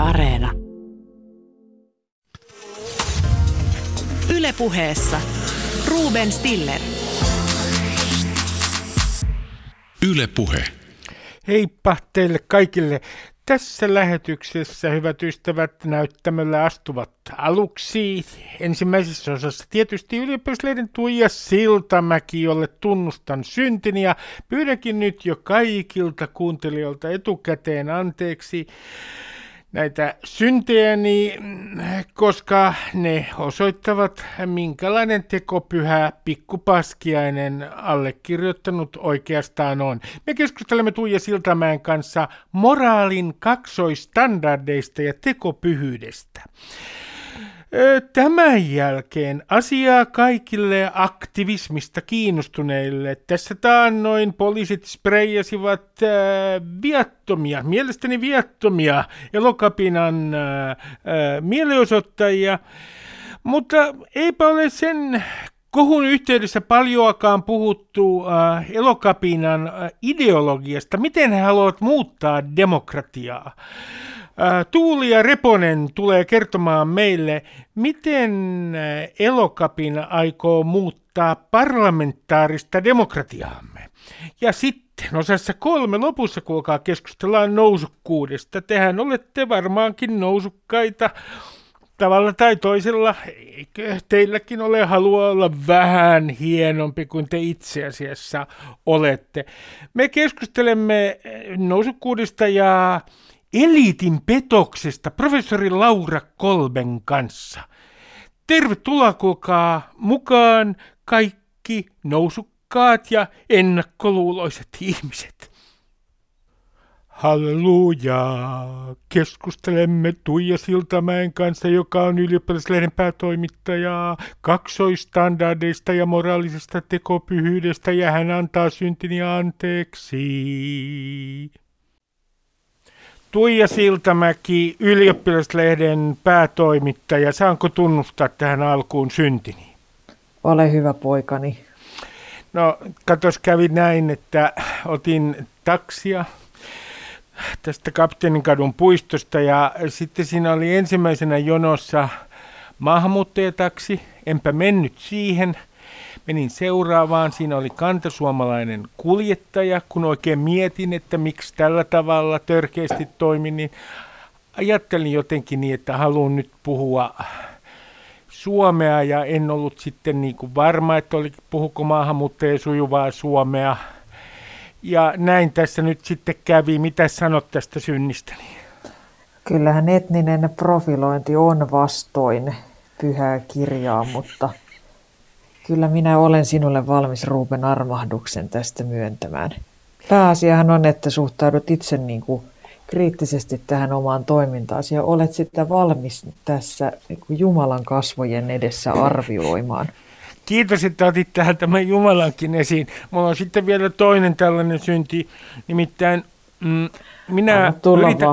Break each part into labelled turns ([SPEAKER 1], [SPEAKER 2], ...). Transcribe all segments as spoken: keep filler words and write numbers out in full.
[SPEAKER 1] Areena. Yle Puheessa Ruben Stiller.
[SPEAKER 2] Yle Puhe.
[SPEAKER 3] Heippa teille kaikille. Tässä lähetyksessä, hyvät ystävät, näyttämöllä astuvat aluksi. Ensimmäisessä osassa tietysti ylioppilaslehden Tuija Siltamäki, jolle tunnustan syntini ja pyydänkin nyt jo kaikilta kuuntelijoilta etukäteen anteeksi näitä syntejäni, koska ne osoittavat, minkälainen tekopyhä pikkupaskiainen allekirjoittanut oikeastaan on. Me keskustelemme Tuija Siltamäen kanssa moraalin kaksoistandardeista ja tekopyhyydestä. Tämän jälkeen asiaa kaikille aktivismista kiinnostuneille. Tässä taannoin poliisit spreijasivat äh, viattomia, mielestäni viattomia Elokapinan äh, äh, mielenosoittajia, mutta eipä ole sen kohun yhteydessä paljoakaan puhuttu äh, Elokapinan äh, ideologiasta, miten he haluavat muuttaa demokratiaa. Tuuli ja Reponen tulee kertomaan meille, miten Elokapina aikoo muuttaa parlamentaarista demokratiaamme. Ja sitten osassa kolme lopussa, kuulkaa, keskustellaan nousukkuudesta. Tehän olette varmaankin nousukkaita tavalla tai toisella. Eikö teilläkin ole halua olla vähän hienompi kuin te itse asiassa olette? Me keskustelemme nousukkuudesta ja eliitin petoksesta professori Laura Kolben kanssa. Tervetuloa, kuulkaa mukaan kaikki nousukkaat ja ennakkoluuloiset ihmiset. Hallelujaa! Keskustelemme Tuija Siltamäen kanssa, joka on ylioppilaslehden päätoimittaja, kaksoistandardeista ja moraalisesta tekopyhyydestä, ja hän antaa syntini anteeksi. Tuija Siltamäki, ylioppilaslehden päätoimittaja, saanko tunnustaa tähän alkuun syntini?
[SPEAKER 4] Ole hyvä poikani.
[SPEAKER 3] No, katos, kävi näin, että otin taksia tästä Kapteeninkadun puistosta ja sitten siinä oli ensimmäisenä jonossa maahanmuuttajataksi, enpä mennyt siihen. Menin seuraavaan, siinä oli kantasuomalainen kuljettaja, kun oikein mietin, että miksi tällä tavalla törkeästi toimin, niin ajattelin jotenkin niin, että haluan nyt puhua suomea ja en ollut sitten niin kuin varma, että oli, puhuko maahanmuuttaja sujuvaa suomea. Ja näin tässä nyt sitten kävi. Mitä sanot tästä synnistäni?
[SPEAKER 4] Kyllähän etninen profilointi on vastoin pyhää kirjaa, mutta kyllä minä olen sinulle valmis Ruben armahduksen tästä myöntämään. Pääasiahan on, että suhtaudut itse niin kuin kriittisesti tähän omaan toimintaasi ja olet sitten valmis tässä niin kuin Jumalan kasvojen edessä arvioimaan.
[SPEAKER 3] Kiitos, että otit tähän tämän Jumalankin esiin. Mulla on sitten vielä toinen tällainen synti, nimittäin mm, minä, yritän,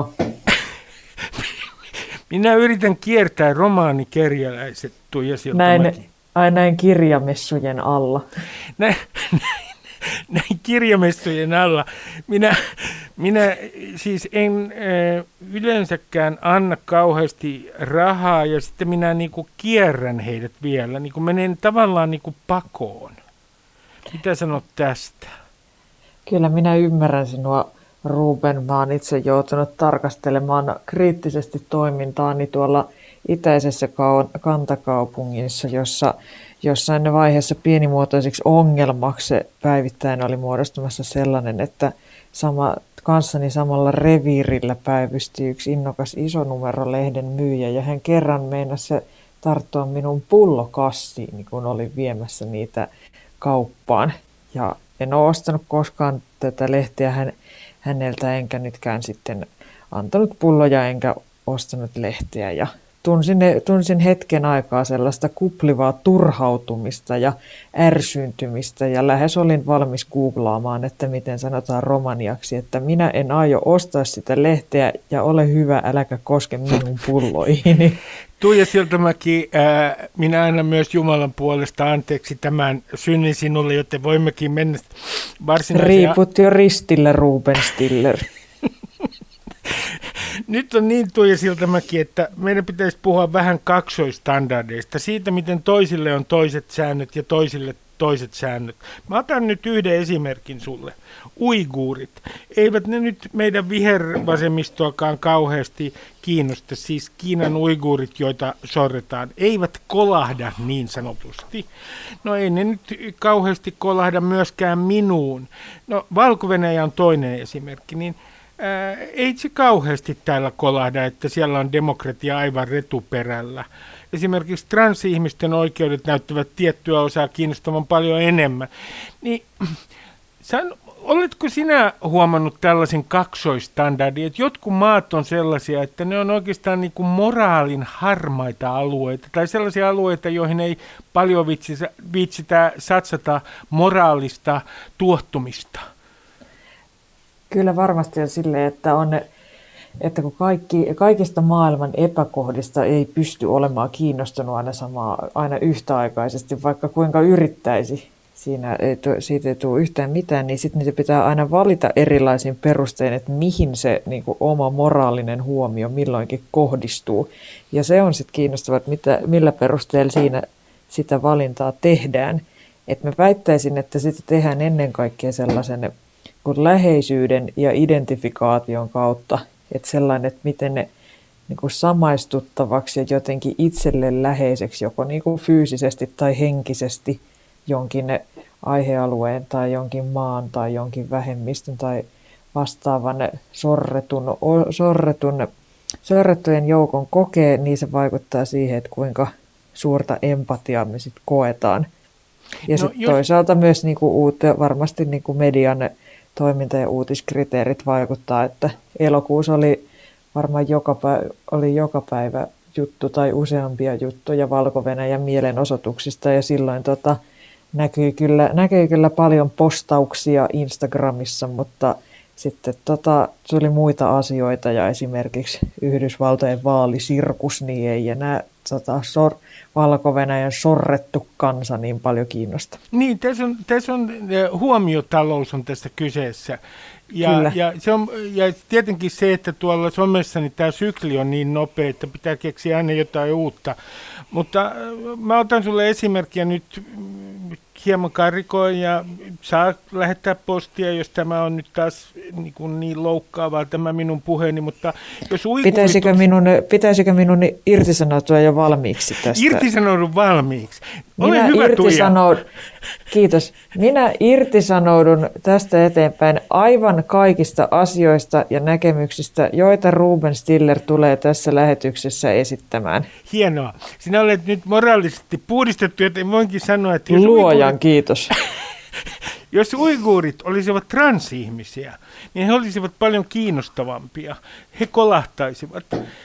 [SPEAKER 3] minä yritän kiertää romaanikerjäläiset Tuija Siltamäki.
[SPEAKER 4] Näin, ai näin kirjamessujen alla.
[SPEAKER 3] Näin, näin, näin kirjamessujen alla. Minä, minä siis en äh, yleensäkään anna kauheasti rahaa ja sitten minä niinku kierrän heidät vielä. Niinku menen tavallaan niinku pakoon. Mitä sanot tästä?
[SPEAKER 4] Kyllä minä ymmärrän sinua, Ruben. Mä oon itse joutunut tarkastelemaan kriittisesti toimintaani tuolla itäisessä kantakaupungissa, jossa jossain vaiheessa pienimuotoiseksi ongelmaksi päivittäin oli muodostumassa sellainen, että sama, kanssani samalla reviirillä päivysti yksi innokas isonumerolehden myyjä, ja hän kerran meinasi tarttua minun pullokassiin, kun olin viemässä niitä kauppaan. Ja en ole ostanut koskaan tätä lehteä hän, häneltä, enkä nytkään sitten antanut pulloja, enkä ostanut lehteä. Ja Tunsin, tunsin hetken aikaa sellaista kuplivaa turhautumista ja ärsyyntymistä ja lähes olin valmis googlaamaan, että miten sanotaan romaniaksi, että minä en aio ostaa sitä lehteä ja ole hyvä, äläkä koske minun pulloihini.
[SPEAKER 3] Tuija Siltamäki, ää, minä annan myös Jumalan puolesta anteeksi tämän synnin sinulle, joten voimmekin mennä varsinaiseen...
[SPEAKER 4] Riiput jo ristillä, Ruben Stiller.
[SPEAKER 3] Nyt on niin Tuija Siltamäki, että meidän pitäisi puhua vähän kaksoistandardeista, siitä miten toisille on toiset säännöt ja toisille toiset säännöt. Mä otan nyt yhden esimerkin sulle. Uiguurit. Eivät ne nyt meidän vihervasemmistoakaan kauheasti kiinnosta, siis Kiinan uiguurit, joita sorretaan, eivät kolahda niin sanotusti. No ei ne nyt kauheasti kolahda myöskään minuun. No Valko-Venäjä on toinen esimerkki, niin ää, ei se kauheasti täällä kolahda, että siellä on demokratia aivan retuperällä. Esimerkiksi transihmisten oikeudet näyttävät tiettyä osaa kiinnostavan paljon enemmän. Niin, san, oletko sinä huomannut tällaisen kaksoistandardin, että jotkut maat on sellaisia, että ne on oikeastaan niin kuin moraalin harmaita alueita, tai sellaisia alueita, joihin ei paljon viitsitä, viitsitä satsata moraalista tuottumista?
[SPEAKER 4] Kyllä varmasti on silleen, että on ne että kun kaikki, kaikista maailman epäkohdista ei pysty olemaan kiinnostunut aina, samaa, aina yhtäaikaisesti, vaikka kuinka yrittäisi, siinä ei, siitä ei tule yhtään mitään, niin sitten niitä pitää aina valita erilaisin perustein, että mihin se niin kuin oma moraalinen huomio milloinkin kohdistuu. Ja se on sitten kiinnostavaa, että mitä, millä perusteella siinä sitä valintaa tehdään. Et mä väittäisin, että sitä tehdään ennen kaikkea sellaisen kuin läheisyyden ja identifikaation kautta, että sellainen, että miten ne niin kuin samaistuttavaksi ja jotenkin itselle läheiseksi, joko niin kuin fyysisesti tai henkisesti jonkin aihealueen tai jonkin maan tai jonkin vähemmistön tai vastaavan sorretun, sorretun, sorrettujen joukon kokee, niin se vaikuttaa siihen, että kuinka suurta empatiaa me sitten koetaan. Ja no, sitten jos... toisaalta myös niin kuin uute, varmasti niin kuin median toiminta- ja uutiskriteerit vaikuttaa, että elokuussa oli varmaan joka päivä, oli joka päivä juttu tai useampia juttuja Valko-Venäjän mielenosoituksista ja silloin tota, näkyi, kyllä, näkyi kyllä paljon postauksia Instagramissa, mutta sitten tota, se oli muita asioita ja esimerkiksi Yhdysvaltojen vaalisirkus, niin ei enää tota, sor, Valko-Venäjän sorrettu kansa niin paljon kiinnosta.
[SPEAKER 3] Niin, tässä on, tässä on huomiotalous on tässä kyseessä. Ja, ja, se on, ja tietenkin se, että tuolla somessa niin tämä sykli on niin nopea, että pitää keksiä aina jotain uutta. Mutta mä otan sulle esimerkkiä nyt hieman karikoin ja saa lähettää postia, jos tämä on nyt taas niin, kuin niin loukkaavaa tämä minun puheeni, mutta jos uiguurit...
[SPEAKER 4] Pitäisikö minun, pitäisikö minun irtisanoutua jo valmiiksi tästä?
[SPEAKER 3] Irtisanoudun valmiiksi. Ole
[SPEAKER 4] Minä
[SPEAKER 3] hyvä,
[SPEAKER 4] irtisanoud... Kiitos. Minä irtisanoudun tästä eteenpäin aivan kaikista asioista ja näkemyksistä, joita Ruben Stiller tulee tässä lähetyksessä esittämään.
[SPEAKER 3] Hienoa. Sinä olet nyt moraalisesti puhdistettu, joten voinkin sanoa, että... Jos
[SPEAKER 4] Luojan
[SPEAKER 3] uiguurit...
[SPEAKER 4] kiitos.
[SPEAKER 3] Jos uiguurit olisivat transihmisiä, niin he olisivat paljon kiinnostavampia. He kolahtaisivat.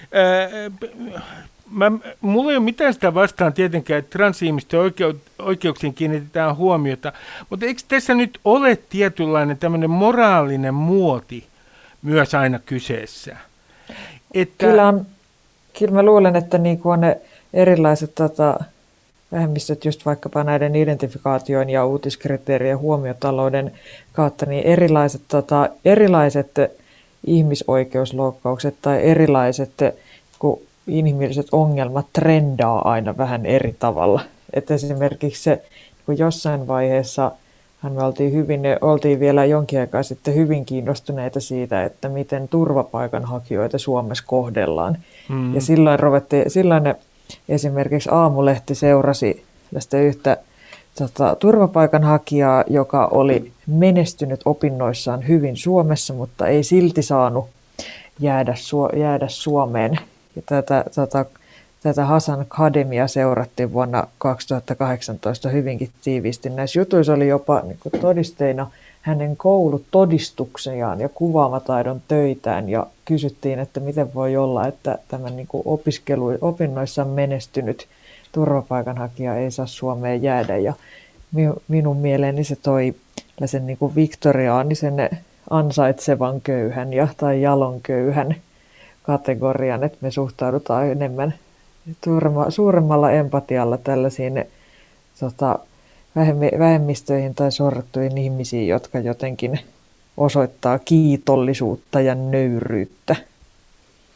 [SPEAKER 3] Mä, mulla ei ole mitään sitä vastaan tietenkään, että transihmisten oikeu- oikeuksiin kiinnitetään huomiota, mutta eikö tässä nyt ole tietynlainen tämmöinen moraalinen muoti myös aina kyseessä? Että...
[SPEAKER 4] Kyllä, on, kyllä mä luulen, että niin kuin on ne erilaiset tota, vähemmistöt just vaikkapa näiden identifikaation ja uutiskriteerien huomiotalouden kautta, niin erilaiset, tota, erilaiset ihmisoikeusloukkaukset tai erilaiset kun inhimilliset ongelmat trendaa aina vähän eri tavalla. Et esimerkiksi se, kun jossain vaiheessa me oltiin, hyvin, oltiin vielä jonkin aikaa sitten hyvin kiinnostuneita siitä, että miten turvapaikanhakijoita Suomessa kohdellaan. Mm. Ja silloin, ruvettiin, silloin esimerkiksi Aamulehti seurasi tästä yhtä tota, turvapaikanhakijaa, joka oli menestynyt opinnoissaan hyvin Suomessa, mutta ei silti saanut jäädä, jäädä Suomeen. Ja tätä, tätä, tätä Hasan Khademia seurattiin vuonna kaksituhattakahdeksantoista hyvinkin tiiviisti. Näissä jutuissa oli jopa niin kuin todisteina hänen koulutodistuksiaan ja kuvaamataidon töitään. Ja kysyttiin, että miten voi olla, että tämän niin kuin opiskelu, opinnoissaan menestynyt turvapaikanhakija ei saa Suomeen jäädä. Ja minun mieleeni se toi sen niin kuin viktoriaanisen ansaitsevan köyhän ja, tai jalon köyhän kategorian, että me suhtaudutaan enemmän suuremmalla empatialla tällaisiin tota, vähemmistöihin tai sorrettuihin ihmisiin, jotka jotenkin osoittaa kiitollisuutta ja nöyryyttä.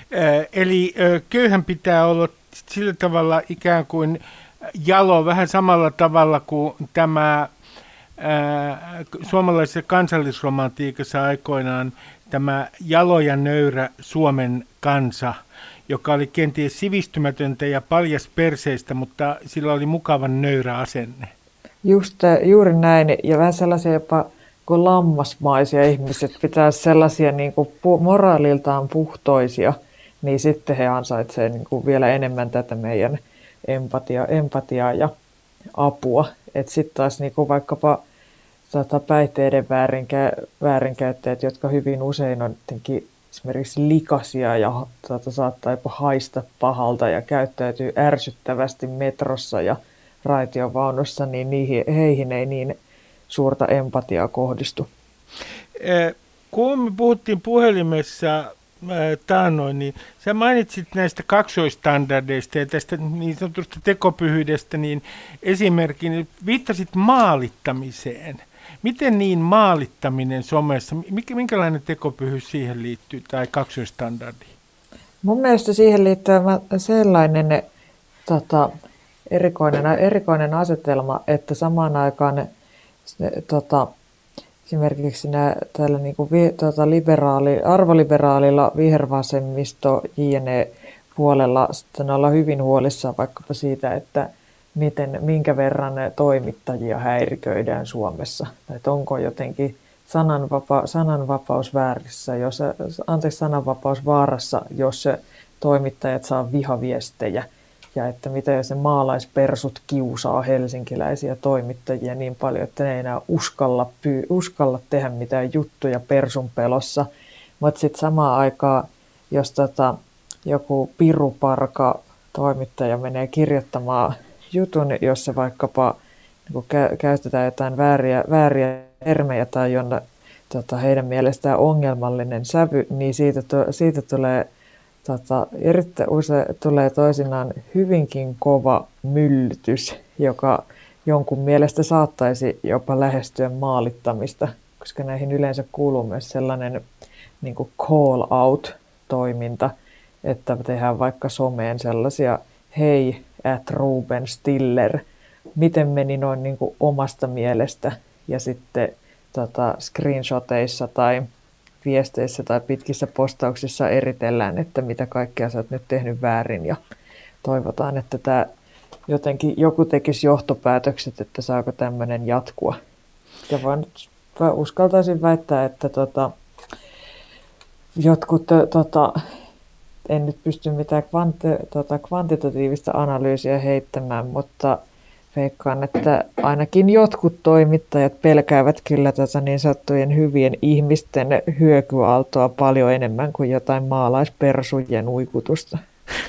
[SPEAKER 3] Eli köyhän pitää olla sillä tavalla ikään kuin jalo vähän samalla tavalla kuin tämä ää, suomalaisessa kansallisromantiikassa aikoinaan tämä jalo ja nöyrä Suomen kansa, joka oli kenties sivistymätöntä ja paljasperseistä, mutta sillä oli mukavan nöyrä asenne.
[SPEAKER 4] Just, juuri näin, ja vähän sellaisia jopa kuin lammasmaisia ihmiset, pitää sellaisia niin kuin moraaliltaan puhtoisia, niin sitten he ansaitsevat niin kuin vielä enemmän tätä meidän empatia, empatiaa ja apua. Että sitten taas niin kuin vaikkapa tota, päihteiden väärinkä, väärinkäyttäjät, jotka hyvin usein on esimerkiksi likaisia ja tota, saattaa jopa haista pahalta ja käyttäytyy ärsyttävästi metrossa ja raitiovaunussa, niin niihin, heihin ei niin suurta empatiaa kohdistu.
[SPEAKER 3] Kun me puhuttiin puhelimessa taannoin, niin sä mainitsit näistä kaksoistandardeista ja tästä niin sanotusta tekopyhyydestä, niin esimerkin viittasit maalittamiseen. Miten niin maalittaminen somessa, minkälainen tekopyhyys siihen liittyy tai kaksoistandardi?
[SPEAKER 4] Mun mielestä siihen liittyy sellainen tota, erikoinen, erikoinen asetelma, että samaan aikaan tota, esimerkiksi nää, tällä niinku, vi, tota, liberaali, arvoliberaalilla vihervasemmisto jne puolella sitten ollaan hyvin huolissaan vaikkapa siitä, että miten, minkä verran toimittajia häiriköidään Suomessa. Että onko jotenkin sananvapa, sananvapaus väärissä, jos, anteeksi, sananvapaus vaarassa, jos toimittajat saa vihaviestejä. Ja että mitä jos ne maalaispersut kiusaa helsinkiläisiä toimittajia niin paljon, että ne ei enää uskalla, pyy- uskalla tehdä mitään juttuja persun pelossa. Mutta sitten samaan aikaan, jos tota, joku piruparka toimittaja menee kirjoittamaan jutun, jossa vaikkapa niin kä- käytetään jotain vääriä, vääriä termejä tai jonne tota, heidän mielestään ongelmallinen sävy, niin siitä, to- siitä tulee... Tota, erittäin usein tulee toisinaan hyvinkin kova myllytys, joka jonkun mielestä saattaisi jopa lähestyä maalittamista, koska näihin yleensä kuuluu myös sellainen niin kuin call out-toiminta, että tehdään vaikka someen sellaisia hei at Ruben Stiller, miten meni noin niin kuin omasta mielestä, ja sitten tota, screenshoteissa tai viesteissä tai pitkissä postauksissa eritellään, että mitä kaikkea sä oot nyt tehnyt väärin ja toivotaan, että tämä jotenkin joku tekisi johtopäätökset, että saako tämmöinen jatkua. Ja vaan uskaltaisin väittää, että tota, jotkut, tota, en nyt pysty mitään kvanti, tota, kvantitatiivista analyysiä heittämään, mutta veikkaan, että ainakin jotkut toimittajat pelkäävät kyllä tätä niin sanottujen hyvien ihmisten hyökyaaltoa paljon enemmän kuin jotain maalaispersujen uikutusta.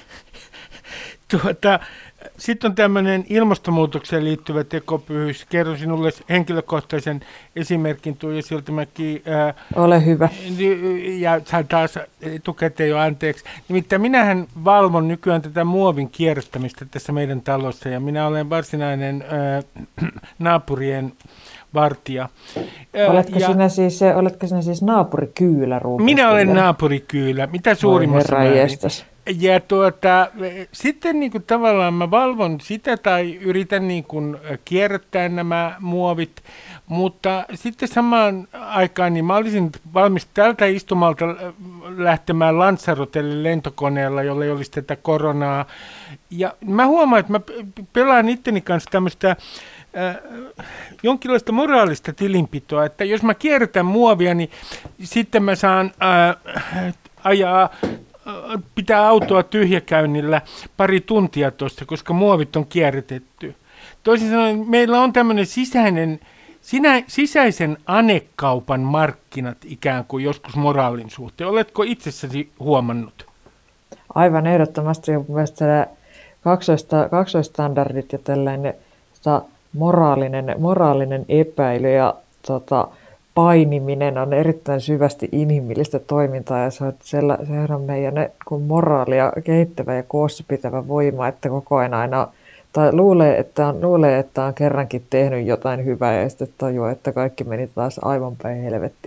[SPEAKER 3] Tuota, sitten on tämmöinen ilmastonmuutokseen liittyvä tekopyhyys. Kerron sinulle henkilökohtaisen esimerkin, Tuija Siltamäki. Ää,
[SPEAKER 4] Ole hyvä.
[SPEAKER 3] Ja saan taas etukäteen jo anteeksi. Nimittäin minähän valvon nykyään tätä muovin kierrättämistä tässä meidän talossa, ja minä olen varsinainen ää, naapurien vartija.
[SPEAKER 4] Oletko, ja, sinä siis, oletko sinä siis naapurikyylä, Ruben?
[SPEAKER 3] Minä olen naapurikyylä, mitä suurimmassa määrin. Ja tuota, sitten niin kuin tavallaan mä valvon sitä tai yritän niin kuin kierrättää nämä muovit, mutta sitten samaan aikaan niin mä olisin valmis tältä istumalta lähtemään Lanzarotelle lentokoneella, jolla ei olisi tätä koronaa. Ja mä huomaan, että mä pelaan itteni kanssa tämmöistä äh, jonkinlaista moraalista tilinpitoa, että jos mä kierrätän muovia, niin sitten mä saan äh, ajaa pitää autoa tyhjäkäynnillä pari tuntia tuossa, koska muovit on kierrätetty. Toisin sanoen, meillä on tämmöinen sisäinen, sinä, sisäisen anekaupan markkinat ikään kuin joskus moraalin suhteen. Oletko itsessäsi huomannut?
[SPEAKER 4] Aivan ehdottomasti. Mielestäni kaksoista, kaksoistandardit ja tällainen tota, moraalinen, moraalinen epäily ja tota, painiminen on erittäin syvästi inhimillistä toimintaa, ja se on, sella, se on meidän kun moraalia kehittävä ja koossa pitävä voima, että koko ajan aina tai luulee, että on, luulee, että on kerrankin tehnyt jotain hyvää ja sitten tajuaa, että kaikki meni taas aivan päin helvettiä.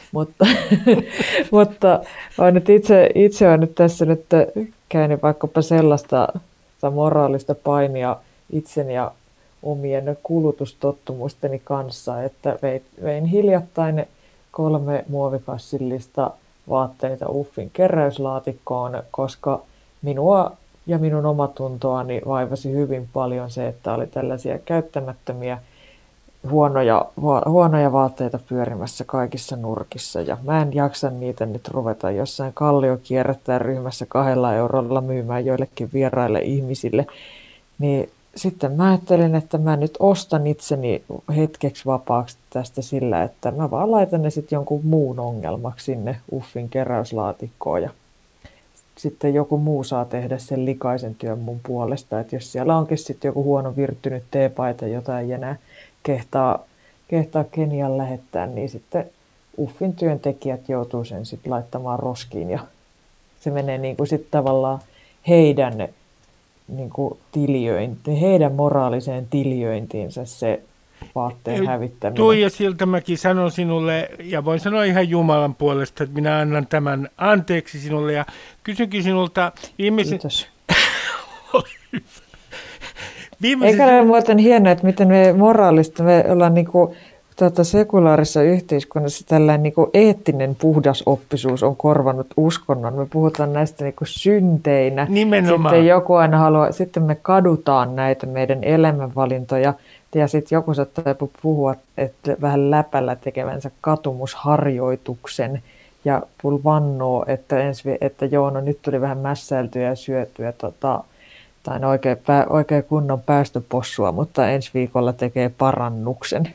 [SPEAKER 4] mutta, mutta olen nyt itse, itse olen nyt tässä nyt käynyt vaikkapa sellaista moraalista painia itsen ja omien kulutustottumuisteni kanssa, että vein, vein hiljattain kolme muovikassillista vaatteita Uffin keräyslaatikkoon, koska minua ja minun omatuntoani vaivasi hyvin paljon se, että oli tällaisia käyttämättömiä huonoja, huonoja vaatteita pyörimässä kaikissa nurkissa. Ja mä en jaksa niitä nyt ruveta jossain kalliokierrättää ryhmässä kahdella eurolla myymään joillekin vieraille ihmisille. Niin sitten mä ajattelin, että mä nyt ostan itseni hetkeksi vapaaksi tästä sillä, että mä vaan laitan ne sitten jonkun muun ongelmaksi sinne Uffin keräyslaatikkoon. Ja sitten joku muu saa tehdä sen likaisen työn mun puolesta. Että jos siellä onkin sitten joku huono virttynyt teepaita, jota ei enää kehtaa, kehtaa Kenian lähettää, niin sitten Uffin työntekijät joutuu sen sitten laittamaan roskiin. Ja se menee niin kuin sitten tavallaan heidän, niin kuin tiljöinti, heidän moraaliseen tiljöintiinsä se vaatteen hävittäminen.
[SPEAKER 3] Tuija Siltamäki, sanon sinulle, ja voin sanoa ihan Jumalan puolesta, että minä annan tämän anteeksi sinulle, ja kysynkin sinulta ihmisen...
[SPEAKER 4] Kiitos. Viimeiset... Eikä ole muuten hienoa, että miten me moraalista, me ollaan niin kuin, tuota, sekulaarissa yhteiskunnassa tällainen niin kuin eettinen puhdasoppisuus on korvannut uskonnon. Me puhutaan näistä niin kuin synteinä.
[SPEAKER 3] Nimenomaan.
[SPEAKER 4] Sitten joku aina haluaa, sitten me kadutaan näitä meidän elämänvalintoja. Ja sitten joku saattaa puhua, että vähän läpällä tekevänsä katumusharjoituksen ja vannoo, että, ensi, että joo, no nyt tuli vähän mässäiltyä ja syötyä tota, tai oikein, oikein kunnon päästöpossua, mutta ensi viikolla tekee parannuksen.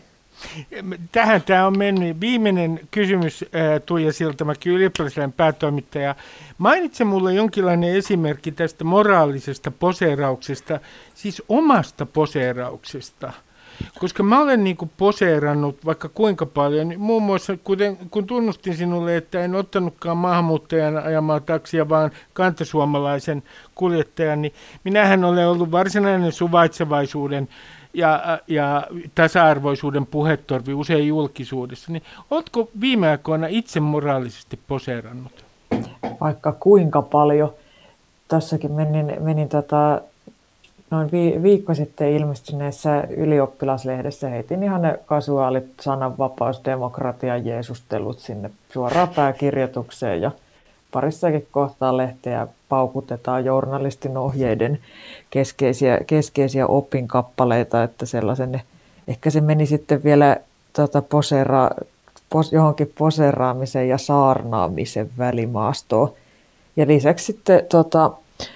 [SPEAKER 3] Tähän tämä on mennyt. Viimeinen kysymys, Tuija Siltamäki, ylioppilaslehden päätoimittaja. Mainitse mulle jonkinlainen esimerkki tästä moraalisesta poseerauksesta, siis omasta poseerauksesta. Koska mä olen niin kuin poseerannut vaikka kuinka paljon, niin muun muassa kuten, kun tunnustin sinulle, että en ottanutkaan maahanmuuttajan ajamaa taksia, vaan kantasuomalaisen kuljettajan, niin minähän olen ollut varsinainen suvaitsevaisuuden ja, ja tasa-arvoisuuden puhetorvi usein julkisuudessa. Niin oletko viime aikoina itse moraalisesti poseerannut?
[SPEAKER 4] Vaikka kuinka paljon. Tässäkin menin, menin tota, noin vi- viikko sitten ilmestyneessä ylioppilaslehdessä heitin ihan ne kasuaalit sananvapaus, demokratia, jeesustelut sinne suoraan pääkirjoitukseen ja parissakin kohtaa lehteä paukutetaan journalistin ohjeiden keskeisiä, keskeisiä opinkappaleita, että sellaisen, ehkä se meni sitten vielä tota, poseera, pos, johonkin poseeraamisen ja saarnaamisen välimaastoon. Ja lisäksi sitten tota,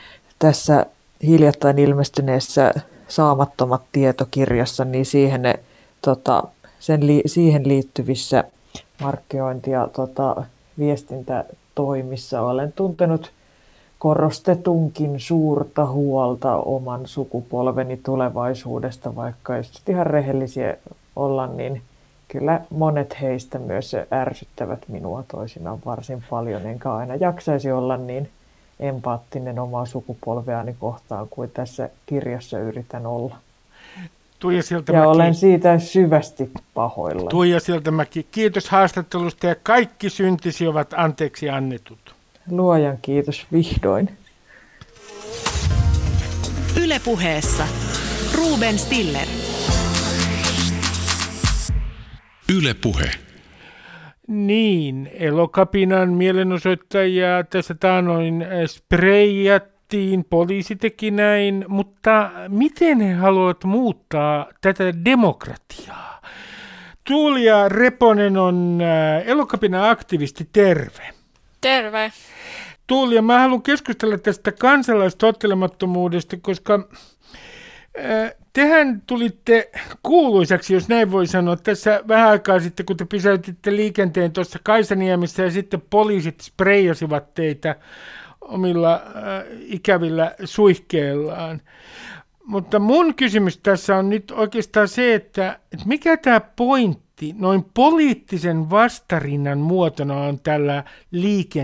[SPEAKER 4] tässä hiljattain ilmestyneessä Saamattomat tietokirjassa, niin siihen, ne, tota, sen li, siihen liittyvissä markkinointi- ja tota, viestintätoimissa olen tuntenut korostetunkin suurta huolta oman sukupolveni tulevaisuudesta, vaikka jos ihan rehellisiä olla, niin kyllä monet heistä myös ärsyttävät minua toisinaan varsin paljon, enkä aina jaksaisi olla niin empaattinen omaa sukupolveani kohtaan kuin tässä kirjassa yritän olla.
[SPEAKER 3] Tuija Siltamäki,
[SPEAKER 4] ja olen siitä syvästi pahoilla.
[SPEAKER 3] Tuija Siltamäki, kiitos haastattelusta ja kaikki syntisi ovat anteeksi annetut.
[SPEAKER 4] Luojan kiitos vihdoin.
[SPEAKER 1] Yle Puheessa Ruben Stiller.
[SPEAKER 2] Yle Puhe.
[SPEAKER 3] Niin, Elokapinan mielenosoittajia tässä taanoin spreijattiin, poliisi teki näin, mutta miten he haluavat muuttaa tätä demokratiaa? Tuulia Reponen on Elokapinan aktivisti, terve.
[SPEAKER 5] Terve.
[SPEAKER 3] Tuulia, mä haluan keskustella tästä kansalaistottelemattomuudesta, koska tehän tulitte kuuluisaksi, jos näin voi sanoa, tässä vähän aikaa sitten, kun te pysäytitte liikenteen tuossa Kaisaniemessä ja sitten poliisit spreijasivat teitä omilla äh, ikävillä suihkeillaan. Mutta mun kysymys tässä on nyt oikeastaan se, että, että mikä tämä pointti noin poliittisen vastarinnan muotona on tällä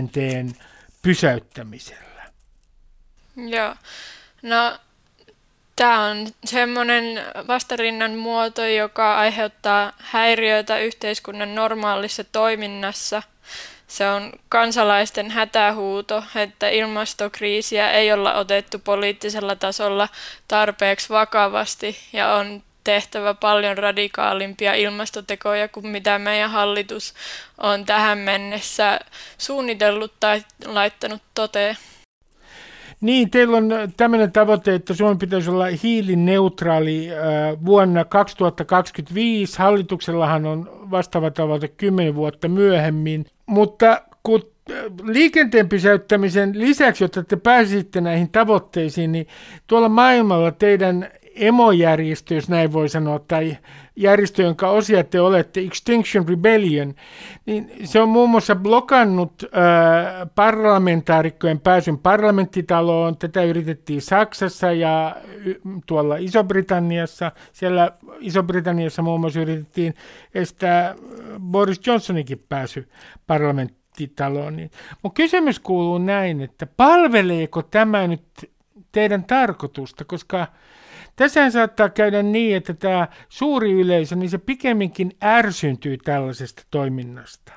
[SPEAKER 3] liikenteen pysäyttämisellä?
[SPEAKER 5] Joo, no Tämä on semmoinen vastarinnan muoto, joka aiheuttaa häiriöitä yhteiskunnan normaalissa toiminnassa. Se on kansalaisten hätähuuto, että ilmastokriisiä ei olla otettu poliittisella tasolla tarpeeksi vakavasti ja on tehtävä paljon radikaalimpia ilmastotekoja kuin mitä meidän hallitus on tähän mennessä suunnitellut tai laittanut toteen.
[SPEAKER 3] Niin, teillä on tämmöinen tavoite, että Suomi pitäisi olla hiilineutraali vuonna kaksituhattakaksikymmentäviisi. Hallituksellahan on vastaava tavoite kymmenen vuotta myöhemmin. Mutta kun liikenteen pysäyttämisen lisäksi, jotta te pääsitte näihin tavoitteisiin, niin tuolla maailmalla teidän emojärjestö, jos näin voi sanoa, tai järjestö, jonka osia te olette, Extinction Rebellion, niin se on muun muassa blokannut ää, parlamentaarikkojen pääsyn parlamenttitaloon. Tätä yritettiin Saksassa ja y, tuolla Iso-Britanniassa. Siellä Iso-Britanniassa muun muassa yritettiin estää Boris Johnsonikin pääsy parlamenttitaloon. Niin mun kysymys kuuluu näin, että palveleeko tämä nyt teidän tarkoitusta, koska tässähän saattaa käydä niin, että tämä suuri yleisö, niin se pikemminkin ärsyntyy tällaisesta toiminnasta.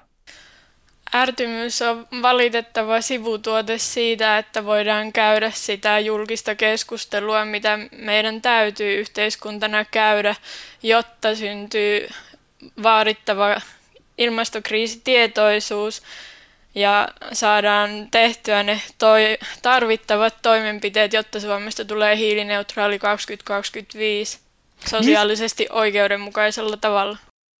[SPEAKER 5] Ärtymys on valitettava sivutuote siitä, että voidaan käydä sitä julkista keskustelua, mitä meidän täytyy yhteiskuntana käydä, jotta syntyy vaadittava ilmastokriisitietoisuus ja saadaan tehtyä ne toi, tarvittavat toimenpiteet, jotta Suomesta tulee hiilineutraali kaksituhattakaksikymmentäviisi sosiaalisesti Mis... oikeudenmukaisella tavalla.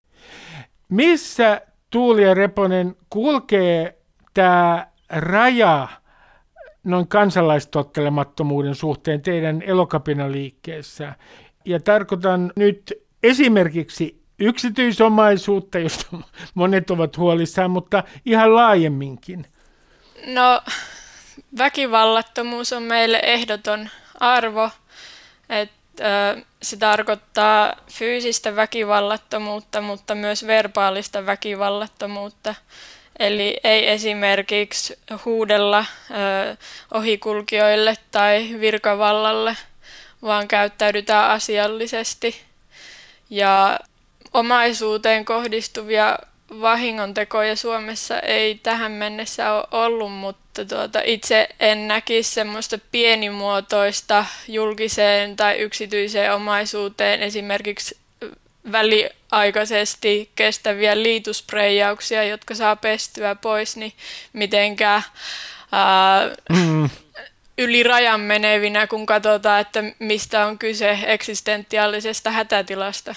[SPEAKER 3] Missä, Tuulia Reponen, kulkee tämä raja noin kansalaistottelemattomuuden suhteen teidän Elokapina-liikkeessä? Ja tarkoitan nyt esimerkiksi yksityisomaisuutta, josta monet ovat huolissaan, mutta ihan laajemminkin.
[SPEAKER 5] No, väkivallattomuus on meille ehdoton arvo. Että, äh, se tarkoittaa fyysistä väkivallattomuutta, mutta myös verbaalista väkivallattomuutta. Eli ei esimerkiksi huudella äh, ohikulkijoille tai virkavallalle, vaan käyttäydytään asiallisesti. Ja omaisuuteen kohdistuvia vahingontekoja Suomessa ei tähän mennessä ole ollut, mutta tuota, itse en näkisi semmoista pienimuotoista julkiseen tai yksityiseen omaisuuteen esimerkiksi väliaikaisesti kestäviä liituspreijauksia, jotka saa pestyä pois, niin mitenkään ää, mm. yli rajan menevinä, kun katsotaan, että mistä on kyse eksistentiaalisesta hätätilasta.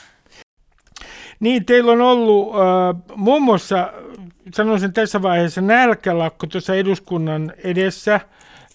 [SPEAKER 3] Niin, teillä on ollut äh, muun muassa, sanoisin tässä vaiheessa, nälkälakko tuossa eduskunnan edessä. Äh,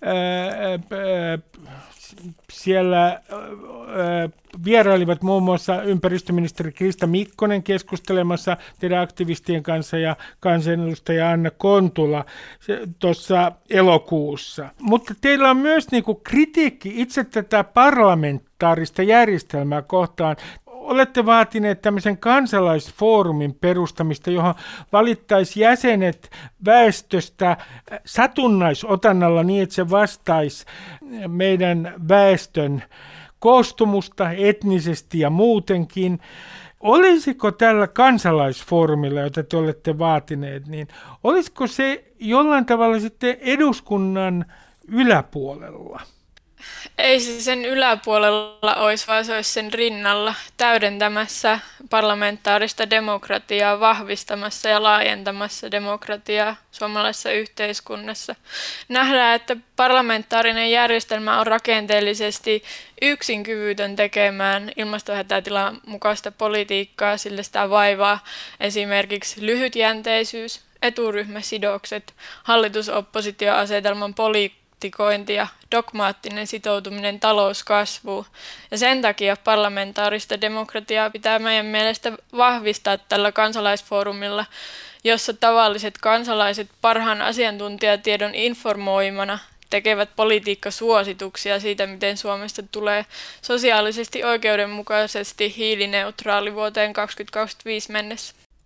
[SPEAKER 3] äh, siellä äh, vierailivat muun muassa ympäristöministeri Krista Mikkonen keskustelemassa teidän aktivistien kanssa ja kansanedustaja Anna Kontula tuossa elokuussa. Mutta teillä on myös niinku kritiikki itse tätä parlamentaarista järjestelmää kohtaan. Olette vaatineet tämmöisen kansalaisfoorumin perustamista, johon valittaisi jäsenet väestöstä satunnaisotannalla niin, että se vastaisi meidän väestön koostumusta etnisesti ja muutenkin. Olisiko tällä kansalaisfoorumilla, jota te olette vaatineet, niin olisiko se jollain tavalla sitten eduskunnan yläpuolella?
[SPEAKER 5] Ei se sen yläpuolella olisi, vaan se olisi sen rinnalla täydentämässä parlamentaarista demokratiaa, vahvistamassa ja laajentamassa demokratiaa suomalaisessa yhteiskunnassa. Nähdään, että parlamentaarinen järjestelmä on rakenteellisesti yksinkyvytön tekemään ilmastohätätilan mukaista politiikkaa, sillä sitä vaivaa esimerkiksi lyhytjänteisyys, eturyhmäsidokset, hallitus-oppositioasetelman poliittisuus, ja dogmaattinen sitoutuminen talouskasvuun. Ja sen takia parlamentaarista demokratiaa pitää meidän mielestä vahvistaa tällä kansalaisfoorumilla, jossa tavalliset kansalaiset parhaan asiantuntijatiedon informoimana tekevät politiikkasuosituksia siitä, miten Suomesta tulee sosiaalisesti oikeudenmukaisesti hiilineutraali vuoteen kaksituhattakaksikymmentäviisi mennessä.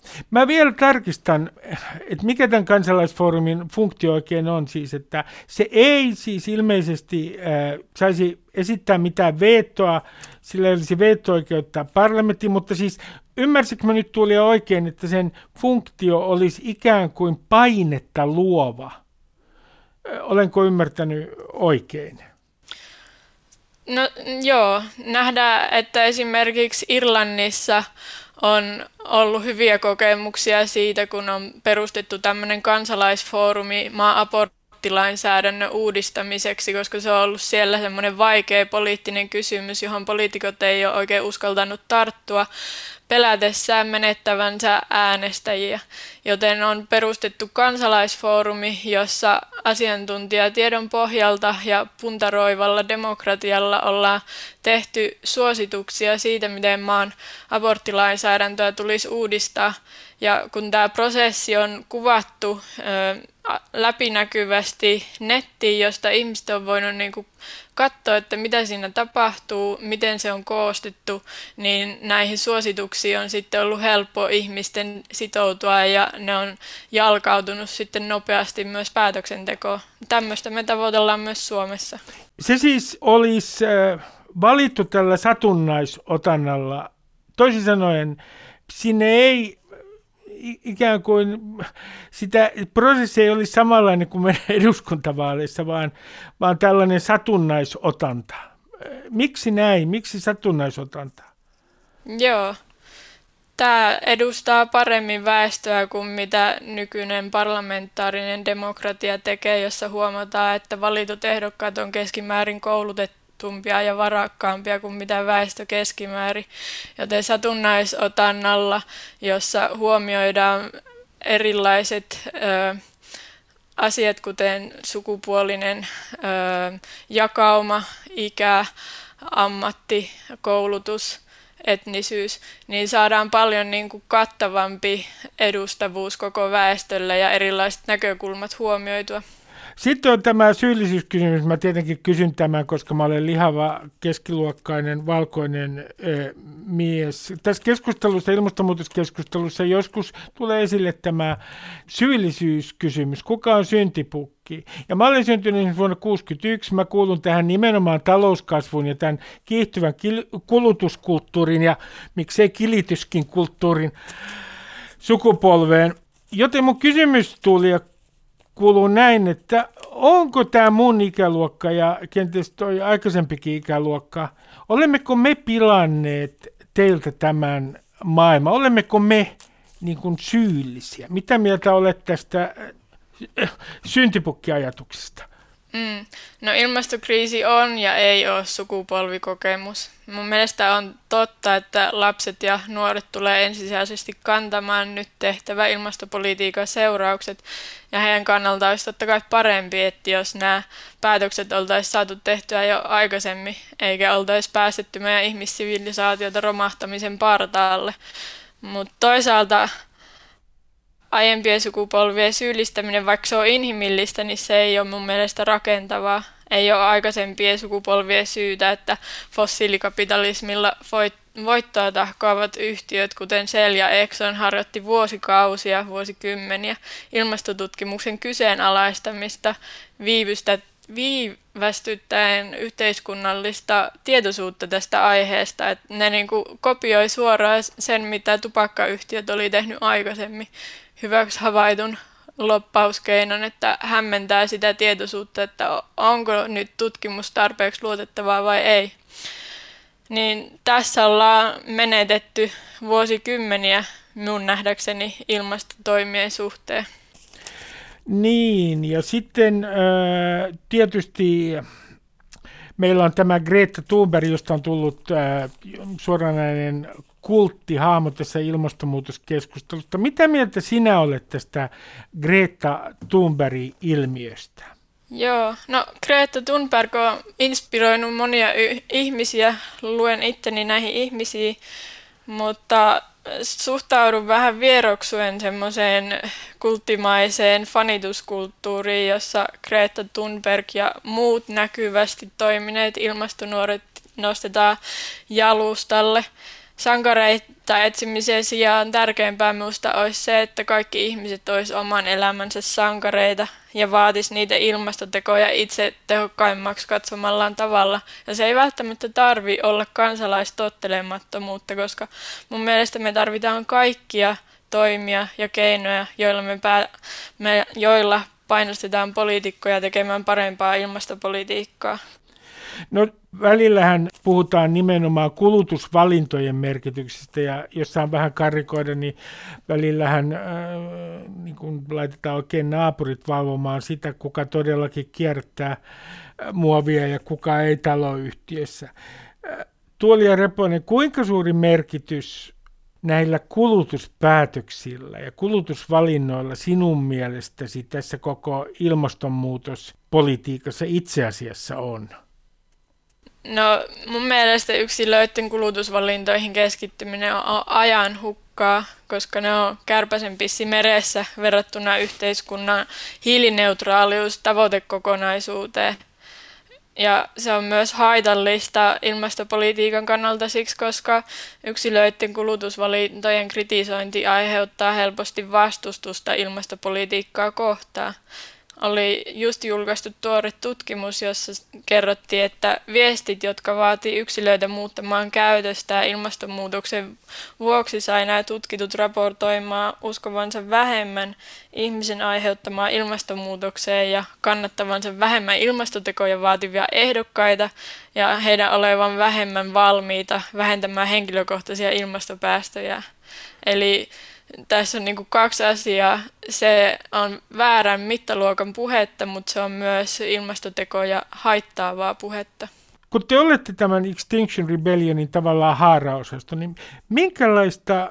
[SPEAKER 3] Mä vielä tarkistan, että mikä tämän kansalaisfoorumin funktio oikein on siis, että se ei siis ilmeisesti äh, saisi esittää mitään vetoa, sillä ei olisi veto-oikeutta parlamenttiin, mutta siis ymmärsikö mä nyt Tuulia oikein, että sen funktio olisi ikään kuin painetta luova? Olenko ymmärtänyt oikein?
[SPEAKER 5] No joo, nähdään, että esimerkiksi Irlannissa on ollut hyviä kokemuksia siitä, kun on perustettu tämmöinen kansalaisfoorumi maan aborttilainsäädännön uudistamiseksi, koska se on ollut siellä semmoinen vaikea poliittinen kysymys, johon poliitikot ei ole oikein uskaltanut tarttua pelätessään menettävänsä äänestäjiä, joten on perustettu kansalaisfoorumi, jossa asiantuntijatiedon pohjalta ja puntaroivalla demokratialla ollaan tehty suosituksia siitä, miten maan aborttilainsäädäntöä tulisi uudistaa. Ja kun tämä prosessi on kuvattu ö, läpinäkyvästi nettiin, josta ihmiset on voinut niinku katsoa, että mitä siinä tapahtuu, miten se on koostettu, niin näihin suosituksiin on sitten ollut helppo ihmisten sitoutua ja ne on jalkautunut sitten nopeasti myös päätöksentekoon. Tämmöistä me tavoitellaan myös Suomessa.
[SPEAKER 3] Se siis olisi äh, valittu tällä satunnaisotannalla. Toisin sanoen, sinne ei ikään kuin sitä prosessi ei olisi samanlainen kuin meidän eduskuntavaaleissa, vaan, vaan tällainen satunnaisotanta. Miksi näin? Miksi satunnaisotanta?
[SPEAKER 5] Joo. Tämä edustaa paremmin väestöä kuin mitä nykyinen parlamentaarinen demokratia tekee, jossa huomataan, että valitut ehdokkaat on keskimäärin koulutettumpia ja varakkaampia kuin mitä väestö keskimäärin. Joten satunnaisotannalla, jossa huomioidaan erilaiset ö, asiat, kuten sukupuolinen ö, jakauma, ikä, ammatti, koulutus, etnisyys, niin saadaan paljon niin kuin kattavampi edustavuus koko väestölle ja erilaiset näkökulmat huomioitua.
[SPEAKER 3] Sitten on tämä syyllisyyskysymys. Mä tietenkin kysyn tämän, koska mä olen lihava, keskiluokkainen, valkoinen ö, mies. Tässä keskustelussa, ilmastonmuutoskeskustelussa joskus tulee esille tämä syyllisyyskysymys. Kuka on syntipukki? Ja mä olen syntynyt vuonna tuhatyhdeksänsataakuusikymmentäyksi. Mä kuulun tähän nimenomaan talouskasvun ja tämän kiihtyvän kil- kulutuskulttuurin ja miksei kilityskin kulttuurin sukupolveen. Joten mun kysymys tuli ja kuuluu näin, että onko tämä mun ikäluokka ja kenties toi aikaisempikin ikäluokka, olemmeko me pilanneet teiltä tämän maailman? Olemmeko me niin kuin syyllisiä? Mitä mieltä olet tästä syntipukkiajatuksesta?
[SPEAKER 5] Mm. No ilmastokriisi on ja ei ole sukupolvikokemus. Mun mielestä on totta, että lapset ja nuoret tulee ensisijaisesti kantamaan nyt tehtävä ilmastopolitiikan seuraukset. Ja heidän kannalta olisi totta kai parempi, että jos nämä päätökset oltaisiin saatu tehtyä jo aikaisemmin, eikä oltaisi päästetty meidän ihmissivilisaatiota romahtamisen partaalle. Mutta toisaalta aiempien sukupolvien syyllistäminen, vaikka se on inhimillistä, niin se ei ole mun mielestä rakentavaa. Ei ole aikaisempien sukupolvien syytä, että fossiilikapitalismilla voittoa tahkoavat yhtiöt, kuten Shell ja Exxon, harjoitti vuosikausia, vuosikymmeniä ilmastotutkimuksen kyseenalaistamista viivystä, viivästyttäen yhteiskunnallista tietoisuutta tästä aiheesta. Et ne niinku kopioi suoraan sen, mitä tupakkayhtiöt oli tehnyt aikaisemmin hyväksi havaitun loppauskeinon, että hämmentää sitä tietoisuutta, että onko nyt tutkimus tarpeeksi luotettavaa vai ei. Niin tässä ollaan menetetty vuosikymmeniä mun nähdäkseni ilmastotoimien suhteen.
[SPEAKER 3] Niin, ja sitten äh, tietysti meillä on tämä Greta Thunberg, josta on tullut äh, suoranainen kulttihahmo tässä ilmastonmuutoskeskustelusta. Mitä mieltä sinä olet tästä Greta Thunberg-ilmiöstä?
[SPEAKER 5] Joo, no Greta Thunberg on inspiroinut monia y- ihmisiä, luen itteni näihin ihmisiin, mutta suhtaudun vähän vieroksuen semmoiseen kulttimaiseen fanituskulttuuriin, jossa Greta Thunberg ja muut näkyvästi toimineet ilmastonuoret nostetaan jalustalle. sankareita etsimisen sijaan tärkeämpää minusta olisi se, että kaikki ihmiset olisi oman elämänsä sankareita ja vaatisi niitä ilmastotekoja itse tehokkaimmaksi katsomallaan tavalla. Ja se ei välttämättä tarvi olla kansalaistottelemattomuutta, koska mun mielestä me tarvitaan kaikkia toimia ja keinoja, joilla, me pää, me, joilla painostetaan poliitikkoja tekemään parempaa ilmastopolitiikkaa.
[SPEAKER 3] No välillähän puhutaan nimenomaan kulutusvalintojen merkityksestä ja jos saan vähän karikoida, niin välillähän äh, niin kun laitetaan oikein naapurit valvomaan sitä, kuka todellakin kierrättää muovia ja kuka ei taloyhtiössä. Äh, Tuoli ja Reponen, kuinka suuri merkitys näillä kulutuspäätöksillä ja kulutusvalinnoilla sinun mielestäsi tässä koko ilmastonmuutospolitiikassa itse asiassa on?
[SPEAKER 5] No mun mielestä yksilöiden kulutusvalintoihin keskittyminen on ajan hukkaa, koska ne on kärpäsen pissi meressä verrattuna yhteiskunnan hiilineutraalius tavoitekokonaisuuteen. Ja se on myös haitallista ilmastopolitiikan kannalta siksi, koska yksilöiden kulutusvalintojen kritisointi aiheuttaa helposti vastustusta ilmastopolitiikkaa kohtaan. Oli just julkaistu tuore tutkimus, jossa kerrottiin, että viestit, jotka vaatii yksilöitä muuttamaan käytöstään ilmastonmuutoksen vuoksi, sai nämä tutkitut raportoimaan uskovansa vähemmän ihmisen aiheuttamaan ilmastonmuutokseen ja kannattavansa vähemmän ilmastotekoja vaativia ehdokkaita ja heidän olevan vähemmän valmiita vähentämään henkilökohtaisia ilmastopäästöjä. Eli tässä on niin kuin kaksi asiaa. Se on väärän mittaluokan puhetta, mutta se on myös ilmastotekoja haittaavaa puhetta.
[SPEAKER 3] Kun te olette tämän Extinction Rebellionin tavallaan haaraosasto, niin minkälaista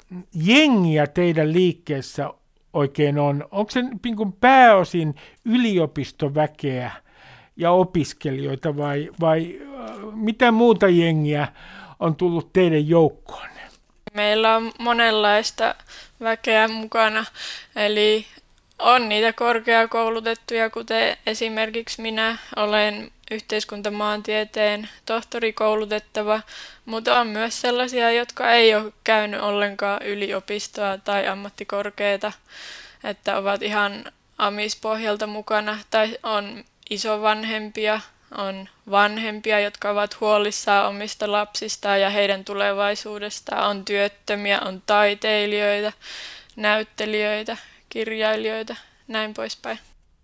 [SPEAKER 3] jengiä teidän liikkeessä oikein on? Onko se niin kuin pääosin yliopistoväkeä ja opiskelijoita vai, vai mitä muuta jengiä on tullut teidän joukkoon?
[SPEAKER 5] Meillä on monenlaista väkeä mukana, eli on niitä korkeakoulutettuja, kuten esimerkiksi minä olen yhteiskuntamaantieteen tohtorikoulutettava, mutta on myös sellaisia, jotka ei ole käynyt ollenkaan yliopistoa tai ammattikorkeata, että ovat ihan amispohjalta mukana, tai on isovanhempia, on vanhempia, jotka ovat huolissaan omista lapsistaan ja heidän tulevaisuudestaan, on työttömiä, on taiteilijoita, näyttelijöitä, kirjailijoita, näin poispäin.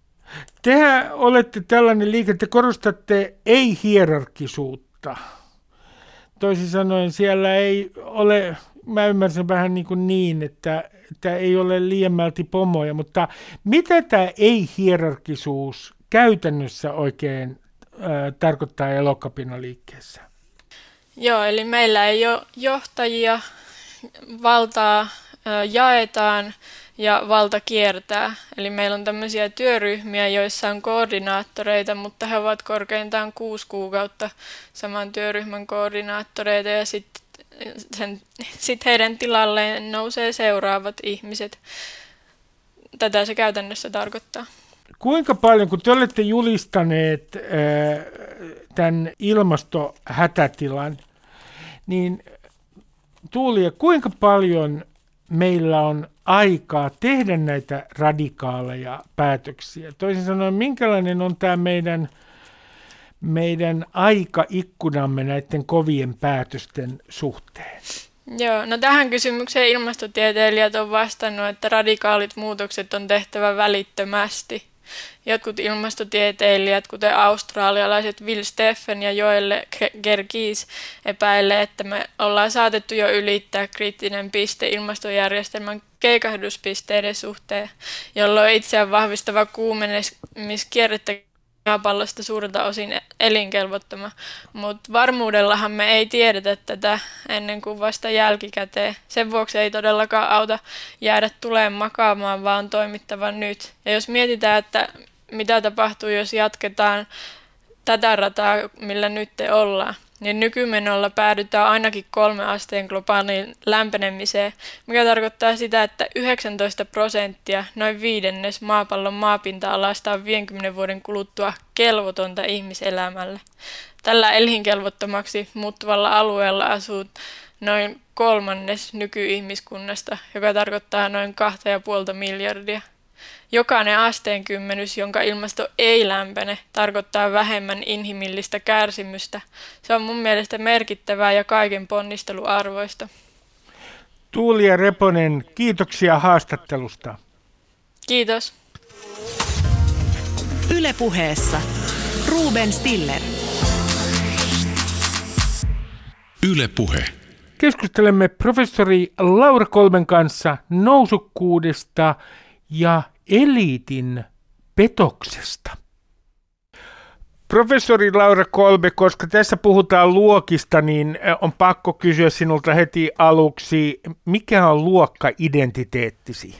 [SPEAKER 3] Tehän olette tällainen liike, te korostatte ei-hierarkisuutta. Toisin sanoen siellä ei ole, mä ymmärsin vähän niin, kuin niin että, että ei ole liiemmälti pomoja, mutta mitä tämä ei-hierarkisuus käytännössä oikein tarkoittaa Elokapina-liikkeessä?
[SPEAKER 5] Joo, eli meillä ei ole johtajia, valtaa jaetaan ja valta kiertää. Eli meillä on tämmöisiä työryhmiä, joissa on koordinaattoreita, mutta he ovat korkeintaan kuusi kuukautta saman työryhmän koordinaattoreita ja sitten sit heidän tilalleen nousee seuraavat ihmiset. Tätä se käytännössä tarkoittaa.
[SPEAKER 3] Kuinka paljon, kun te olette julistaneet ää, tämän ilmastohätätilan, niin Tuuli, kuinka paljon meillä on aikaa tehdä näitä radikaaleja päätöksiä? Toisin sanoen, minkälainen on tämä meidän, meidän aikaikkunamme näiden kovien päätösten suhteen?
[SPEAKER 5] Joo, no tähän kysymykseen ilmastotieteilijät on vastannut, että radikaalit muutokset on tehtävä välittömästi. Jotkut ilmastotieteilijät, kuten australialaiset Will Steffen ja Joel Gergis, epäilee, että me ollaan saatettu jo ylittää kriittinen piste ilmastojärjestelmän keikahduspisteiden suhteen, jolloin itseään vahvistava kuumenemiskierrettä maapallosta suurelta osin elinkelvottoma, mutta varmuudellahan me ei tiedetä tätä ennen kuin vasta jälkikäteen. Sen vuoksi ei todellakaan auta jäädä tuleen makaamaan, vaan on toimittava nyt. Ja jos mietitään, että mitä tapahtuu, jos jatketaan tätä rataa, millä nyt te ollaan, niin nykymenolla päädytään ainakin kolme asteen globaaliin lämpenemiseen, mikä tarkoittaa sitä, että yhdeksäntoista prosenttia, noin viidennes maapallon maapinta-alasta on viidenkymmenen vuoden kuluttua kelvotonta ihmiselämälle. Tällä elinkelvottomaksi muuttuvalla alueella asuu noin kolmannes nykyihmiskunnasta, joka tarkoittaa noin kahta ja puolta miljardia. Jokainen asteenkymmenys, jonka ilmasto ei lämpene, tarkoittaa vähemmän inhimillistä kärsimystä. Se on mun mielestä merkittävää ja kaiken ponnisteluarvoista.
[SPEAKER 3] Tuulia Reponen, kiitoksia haastattelusta.
[SPEAKER 5] Kiitos.
[SPEAKER 1] Yle Puheessa Ruben Stiller.
[SPEAKER 2] Yle Puhe.
[SPEAKER 3] Keskustelemme professori Laura Kolben kanssa nousukkuudesta ja eliitin petoksesta. Professori Laura Kolbe, koska tässä puhutaan luokista, niin on pakko kysyä sinulta heti aluksi, mikä on luokka-identiteettisi?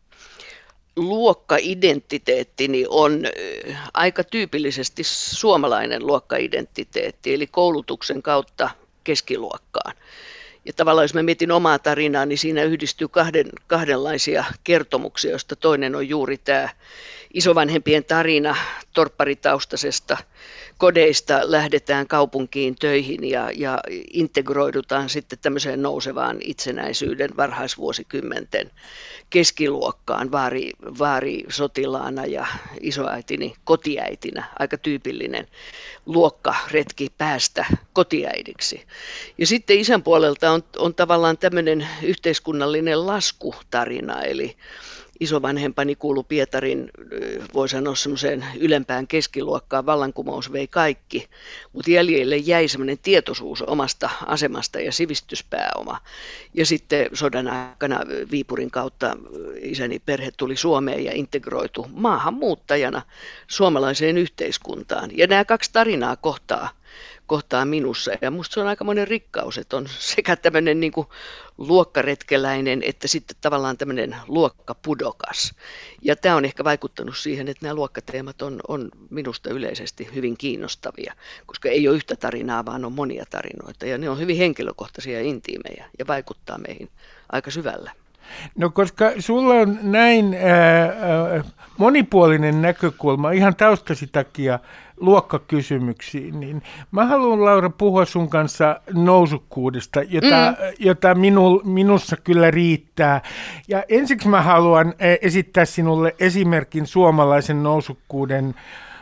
[SPEAKER 6] Luokka-identiteettini on aika tyypillisesti suomalainen luokka-identiteetti, eli koulutuksen kautta keskiluokkaan. Ja tavallaan jos mä mietin omaa tarinaa, niin siinä yhdistyy kahden, kahdenlaisia kertomuksia, joista toinen on juuri tämä isovanhempien tarina torpparitaustaisesta kodeista lähdetään kaupunkiin töihin ja, ja integroidutaan sitten tämmöiseen nousevaan itsenäisyyden varhaisvuosikymmenten keskiluokkaan vaari, vaarisotilaana ja isoäitini kotiäitinä, aika tyypillinen luokkaretki päästä kotiäidiksi. Ja sitten isän puolelta on, on tavallaan tämmöinen yhteiskunnallinen laskutarina, eli isovanhempani kuului Pietarin, voi sanoa semmoiseen ylempään keskiluokkaan, vallankumous vei kaikki, mutta jäljelle jäi semmoinen tietoisuus omasta asemasta ja sivistyspääoma. Ja sitten sodan aikana Viipurin kautta isäni perhe tuli Suomeen ja integroitu maahanmuuttajana suomalaiseen yhteiskuntaan. Ja nämä kaksi tarinaa kohtaa. kohtaa minussa. Ja musta se on aikamoinen rikkaus, että on sekä tämmöinen niin kuin luokkaretkeläinen, että sitten tavallaan tämmöinen luokkapudokas. Ja tämä on ehkä vaikuttanut siihen, että nämä luokkateemat on, on minusta yleisesti hyvin kiinnostavia, koska ei ole yhtä tarinaa, vaan on monia tarinoita. Ja ne on hyvin henkilökohtaisia ja intiimejä ja vaikuttaa meihin aika syvällä.
[SPEAKER 3] No koska sulla on näin ää, monipuolinen näkökulma ihan taustasi takia luokkakysymyksiin, niin mä haluan, Laura, puhua sun kanssa nousukkuudesta, jota, mm. jota minu, minussa kyllä riittää. Ja ensiksi mä haluan esittää sinulle esimerkin suomalaisen nousukkuuden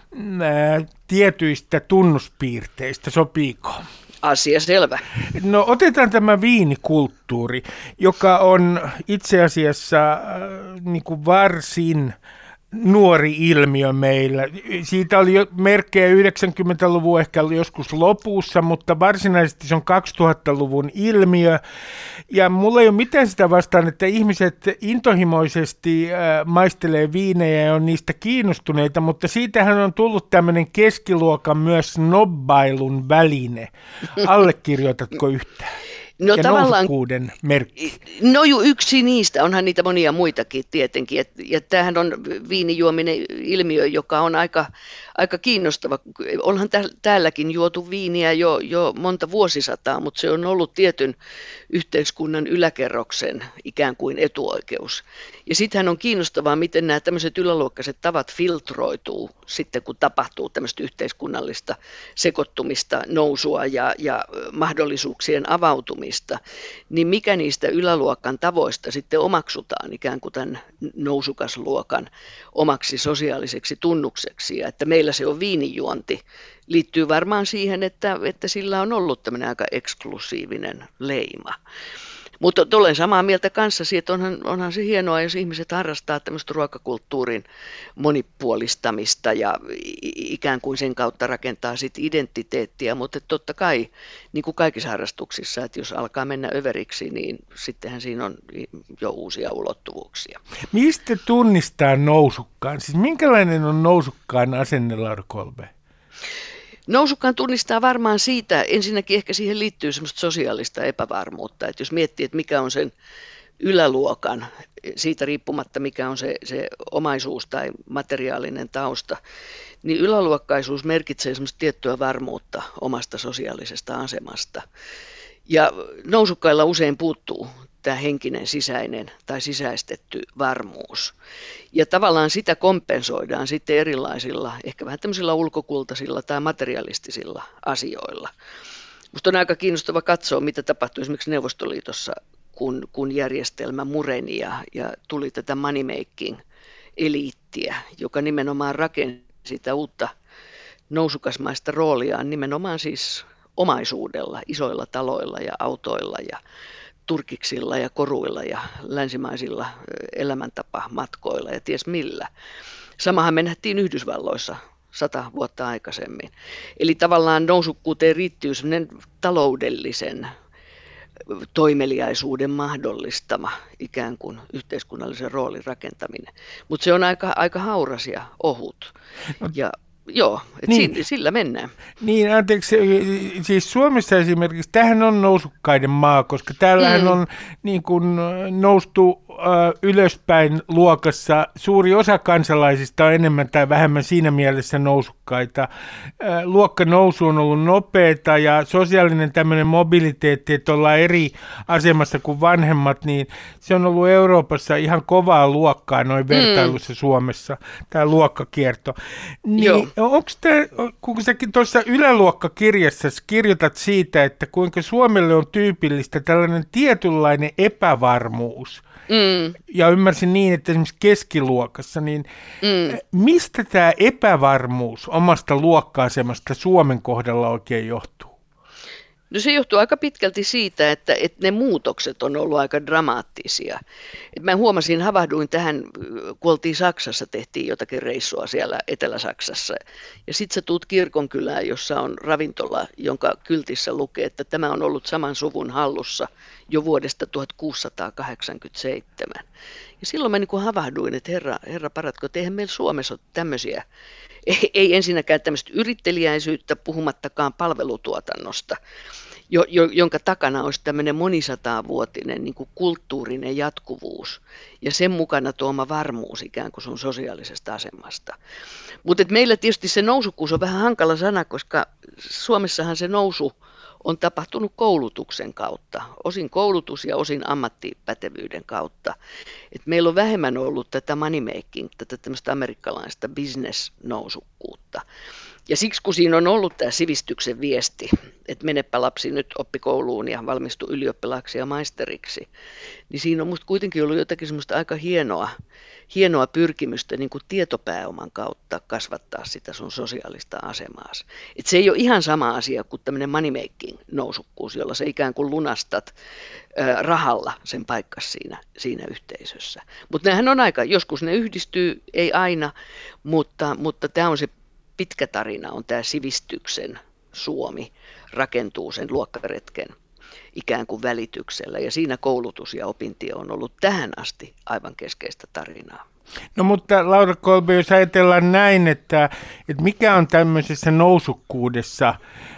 [SPEAKER 3] ää, tietyistä tunnuspiirteistä. Sopiiko?
[SPEAKER 6] Asia selvä.
[SPEAKER 3] No otetaan tämä viinikulttuuri, joka on itse asiassa äh, niin kuin varsin nuori ilmiö meillä. Siitä oli jo merkkejä yhdeksänkymmentäluvun ehkä joskus lopussa, mutta varsinaisesti se on kaksituhattaluvun ilmiö. Ja mulla ei ole mitään sitä vastaan, että ihmiset intohimoisesti äh, maistelee viinejä ja on niistä kiinnostuneita, mutta siitähän on tullut tämmöinen keskiluokan myös snobbailun väline. Allekirjoitatko yhtään?
[SPEAKER 6] No,
[SPEAKER 3] ja nousukkuuden merkki.
[SPEAKER 6] No ju, yksi niistä, onhan niitä monia muitakin tietenkin, et, ja tämähän on viinijuominen ilmiö, joka on aika, aika kiinnostava. Onhan tä, täälläkin juotu viiniä jo, jo monta vuosisataa, mutta se on ollut tietyn yhteiskunnan yläkerroksen ikään kuin etuoikeus. Ja sittenhän on kiinnostavaa, miten nämä tämmöiset yläluokkaiset tavat filtroituu sitten, kun tapahtuu tämmöistä yhteiskunnallista sekoittumista, nousua ja, ja mahdollisuuksien avautumista, niin mikä niistä yläluokan tavoista sitten omaksutaan ikään kuin tämän nousukasluokan omaksi sosiaaliseksi tunnukseksi. Ja että meillä se on viinijuonti, liittyy varmaan siihen, että, että sillä on ollut tämmöinen aika eksklusiivinen leima. Mutta olen samaa mieltä kanssasi, että onhan, onhan se hienoa, jos ihmiset harrastaa tämmöistä ruokakulttuurin monipuolistamista ja ikään kuin sen kautta rakentaa sit identiteettiä, mutta totta kai niin kuin kaikissa harrastuksissa, että jos alkaa mennä överiksi, niin sittenhän siinä on jo uusia ulottuvuuksia.
[SPEAKER 3] Mistä tunnistaa nousukkaan? Siis minkälainen on nousukkaan asenne, Laura Kolbe?
[SPEAKER 6] Nousukkaan tunnistaa varmaan siitä, ensinnäkin ehkä siihen liittyy semmoista sosiaalista epävarmuutta, että jos miettii, että mikä on sen yläluokan, siitä riippumatta mikä on se, se omaisuus tai materiaalinen tausta, niin yläluokkaisuus merkitsee semmoista tiettyä varmuutta omasta sosiaalisesta asemasta. Ja nousukkailla usein puuttuu tämä henkinen sisäinen tai sisäistetty varmuus. Ja tavallaan sitä kompensoidaan sitten erilaisilla, ehkä vähän tämmöisillä ulkokultaisilla tai materialistisilla asioilla. Musta on aika kiinnostava katsoa, mitä tapahtui esimerkiksi Neuvostoliitossa, kun, kun järjestelmä mureni ja, ja tuli tätä moneymaking-eliittiä, joka nimenomaan rakensi sitä uutta nousukasmaista rooliaan nimenomaan siis omaisuudella, isoilla taloilla ja autoilla ja turkiksilla ja koruilla ja länsimaisilla elämäntapamatkoilla ja ties millä. Samahan me nähtiin Yhdysvalloissa sata vuotta aikaisemmin. Eli tavallaan nousukkuuteen riittyy sellainen taloudellisen toimeliaisuuden mahdollistama ikään kuin yhteiskunnallisen roolin rakentaminen. Mutta se on aika, aika hauras ja ohut. Ja joo, et niin. sillä, sillä mennään.
[SPEAKER 3] Niin, anteeksi, siis Suomessa esimerkiksi, tämähän on nousukkaiden maa, koska täällähän mm. on niin kuin noustu äh, ylöspäin luokassa. Suuri osa kansalaisista on enemmän tai vähemmän siinä mielessä nousukkaita. Äh, luokkanousu on ollut nopeata ja sosiaalinen tämmöinen mobiliteetti, että ollaan eri asemassa kuin vanhemmat, niin se on ollut Euroopassa ihan kovaa luokkaa noin vertailussa mm. Suomessa, tämä luokkakierto. Niin, joo. Onko tämä, kun säkin tuossa yläluokkakirjassa kirjoitat siitä, että kuinka Suomelle on tyypillistä tällainen tietynlainen epävarmuus, mm. ja ymmärsin niin, että esimerkiksi keskiluokassa, niin mm. mistä tämä epävarmuus omasta luokka-asemasta Suomen kohdalla oikein johtuu?
[SPEAKER 6] No se johtuu aika pitkälti siitä, että, että ne muutokset on ollut aika dramaattisia. Et mä huomasin, havahduin tähän, kun oltiin Saksassa, tehtiin jotakin reissua siellä Etelä-Saksassa. Ja sit sä tuut kirkonkylään, jossa on ravintola, jonka kyltissä lukee, että tämä on ollut saman suvun hallussa jo vuodesta tuhatkuusisataakahdeksankymmentäseitsemän. Ja silloin mä niin kuin havahduin, että herra, herra paratko, että eihän meillä Suomessa ole tämmöisiä. Ei, ei ensinnäkään tämmöistä yritteliäisyyttä, puhumattakaan palvelutuotannosta, jo, jo, jonka takana olisi tämmöinen monisataavuotinen niin kuin kulttuurinen jatkuvuus ja sen mukana tuoma varmuus ikään kuin sun sosiaalisesta asemasta. Mutta meillä tietysti se nousukkuus on vähän hankala sana, koska Suomessahan se nousu on tapahtunut koulutuksen kautta, osin koulutus ja osin ammattipätevyyden kautta. Et meillä on vähemmän ollut tätä moneymaking, tätä tämmöistä amerikkalaista business-nousukkuutta. Ja siksi kun siinä on ollut tämä sivistyksen viesti, että menepä lapsi nyt oppikouluun ja valmistu ylioppilaaksi ja maisteriksi, niin siinä on musta kuitenkin ollut jotakin semmoista aika hienoa, hienoa pyrkimystä niin kuin tietopääoman kautta kasvattaa sitä sun sosiaalista asemaasi. Et se ei ole ihan sama asia kuin tämmöinen moneymaking nousukkuus, jolla sä ikään kuin lunastat ää, rahalla sen paikkas siinä, siinä yhteisössä. Mutta nehän on aika, joskus ne yhdistyy, ei aina, mutta, mutta tämä on se pitkä tarina, on tämä sivistyksen Suomi rakentuu sen luokkaretken ikään kuin välityksellä, ja siinä koulutus ja opintie on ollut tähän asti aivan keskeistä tarinaa.
[SPEAKER 3] No mutta Laura Kolbe, jos ajatellaan näin, että, että mikä on tämmöisessä nousukkuudessa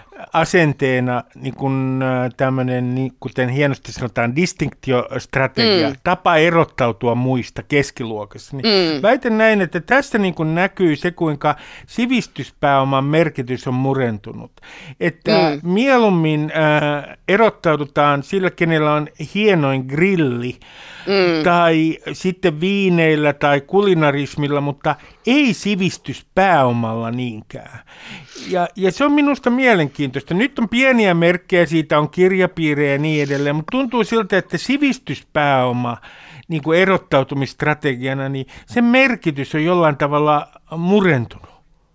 [SPEAKER 3] asenteena niin kuin tämmöinen, niin kuten hienosti sanotaan, distinktiostrategia, mm. tapa erottautua muista keskiluokassa. Niin mm. väitän näin, että tässä niin kuin näkyy se, kuinka sivistyspääoman merkitys on murentunut. Että mm. mieluummin äh, erottaudutaan sillä, kenellä on hienoin grilli, mm. tai sitten viineillä tai kulinarismilla, mutta ei sivistyspääomalla niinkään. Ja, ja se on minusta mielenkiintoista. Nyt on pieniä merkkejä, siitä on kirjapiirejä ja niin edelleen, mutta tuntuu siltä, että sivistyspääoma niin kuin erottautumistrategiana, niin sen merkitys on jollain tavalla murentunut.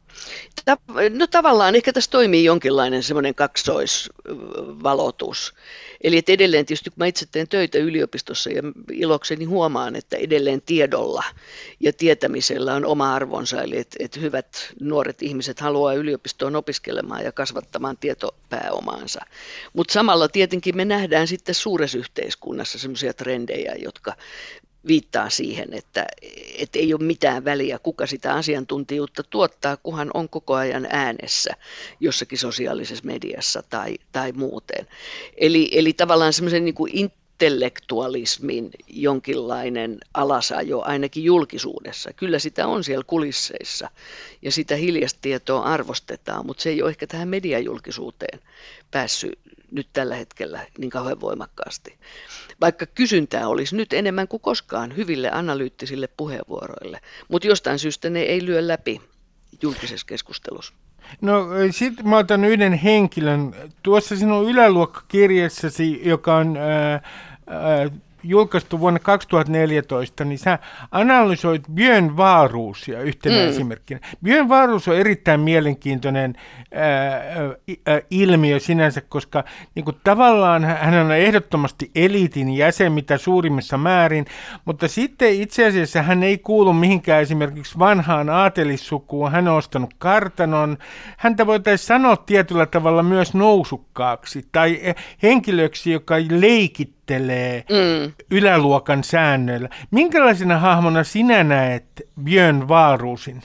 [SPEAKER 6] No tavallaan ehkä tässä toimii jonkinlainen semmoinen kaksoisvalotus. Eli että edelleen tietysti kun mä itse teen töitä yliopistossa ja ilokseni huomaan, että edelleen tiedolla ja tietämisellä on oma arvonsa. Eli että, että hyvät nuoret ihmiset haluaa yliopistoon opiskelemaan ja kasvattamaan tietopääomaansa. Mutta samalla tietenkin me nähdään sitten suuressa yhteiskunnassa semmoisia trendejä, jotka viittaa siihen, että, että ei ole mitään väliä, kuka sitä asiantuntijuutta tuottaa, kunhan on koko ajan äänessä jossakin sosiaalisessa mediassa tai, tai muuten. Eli, eli tavallaan semmoisen niin kuin intellektualismin jonkinlainen alasajo ainakin julkisuudessa. Kyllä sitä on siellä kulisseissa ja sitä hiljaista tietoa arvostetaan, mutta se ei ole ehkä tähän mediajulkisuuteen päässyt nyt tällä hetkellä niin kauhean voimakkaasti. Vaikka kysyntää olisi nyt enemmän kuin koskaan hyville analyyttisille puheenvuoroille, mutta jostain syystä ne ei lyö läpi julkisessa keskustelussa.
[SPEAKER 3] No sitten mä otan yhden henkilön. Tuossa sinun yläluokkakirjassasi, joka on ää, ää, julkaistu vuonna kaksituhattaneljätoista, niin sä analysoit Björn Wahlroosia yhtenä mm. esimerkkinä. Björn Wahlroos on erittäin mielenkiintoinen ää, ää, ilmiö sinänsä, koska niin kuin tavallaan hän on ehdottomasti eliitin jäsen mitä suurimmassa määrin, mutta sitten itse asiassa hän ei kuulu mihinkään esimerkiksi vanhaan aatelissukuun, hän on ostanut kartanon, häntä voitaisiin sanoa tietyllä tavalla myös nousukkaaksi tai henkilöksi, joka leikittelee Mm. yläluokan säännöillä. Minkälaisena hahmona sinä näet Björn Wahlroosin?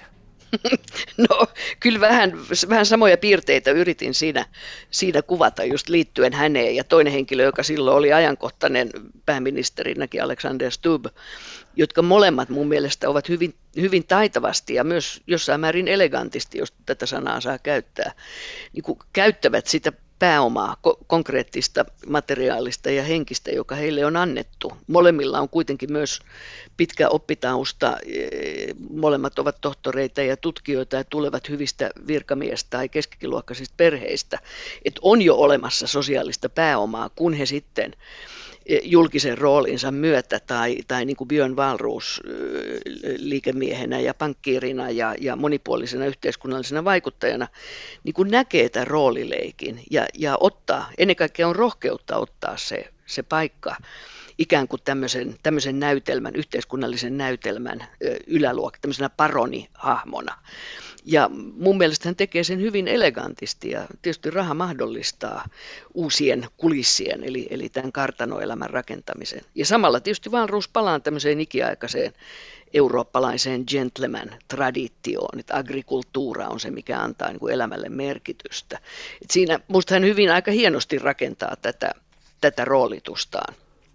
[SPEAKER 6] No kyllä vähän, vähän samoja piirteitä yritin siinä, siinä kuvata just liittyen häneen. Ja toinen henkilö, joka silloin oli ajankohtainen pääministerinäkin, Alexander Stubb, jotka molemmat mun mielestä ovat hyvin, hyvin taitavasti ja myös jossain määrin elegantisti, jos tätä sanaa saa käyttää, niin kuin käyttävät sitä pääomaa, ko- konkreettista materiaalista ja henkistä, joka heille on annettu. Molemmilla on kuitenkin myös pitkä oppitausta. Molemmat ovat tohtoreita ja tutkijoita ja tulevat hyvistä virkamies- tai keskiluokkaisista perheistä. Et on jo olemassa sosiaalista pääomaa, kun he sitten julkisen roolinsa myötä tai, tai niin kuin Björn Wahlroos liikemiehenä ja pankkiirina ja, ja monipuolisena yhteiskunnallisena vaikuttajana niin kuin näkee tämän roolileikin ja, ja ottaa, ennen kaikkea on rohkeutta ottaa se, se paikka ikään kuin tämmöisen, tämmöisen näytelmän, yhteiskunnallisen näytelmän yläluokka, tämmöisenä paronihahmona. Ja mun mielestä hän tekee sen hyvin elegantisti ja tietysti raha mahdollistaa uusien kulissien, eli, eli tämän kartanoelämän rakentamisen. Ja samalla tietysti Wahlroos palaa tämmöiseen ikiaikaiseen eurooppalaiseen gentleman-traditioon, että agrikultuura on se, mikä antaa niin kuin elämälle merkitystä. Et siinä musta hän hyvin aika hienosti rakentaa tätä, tätä roolitustaan.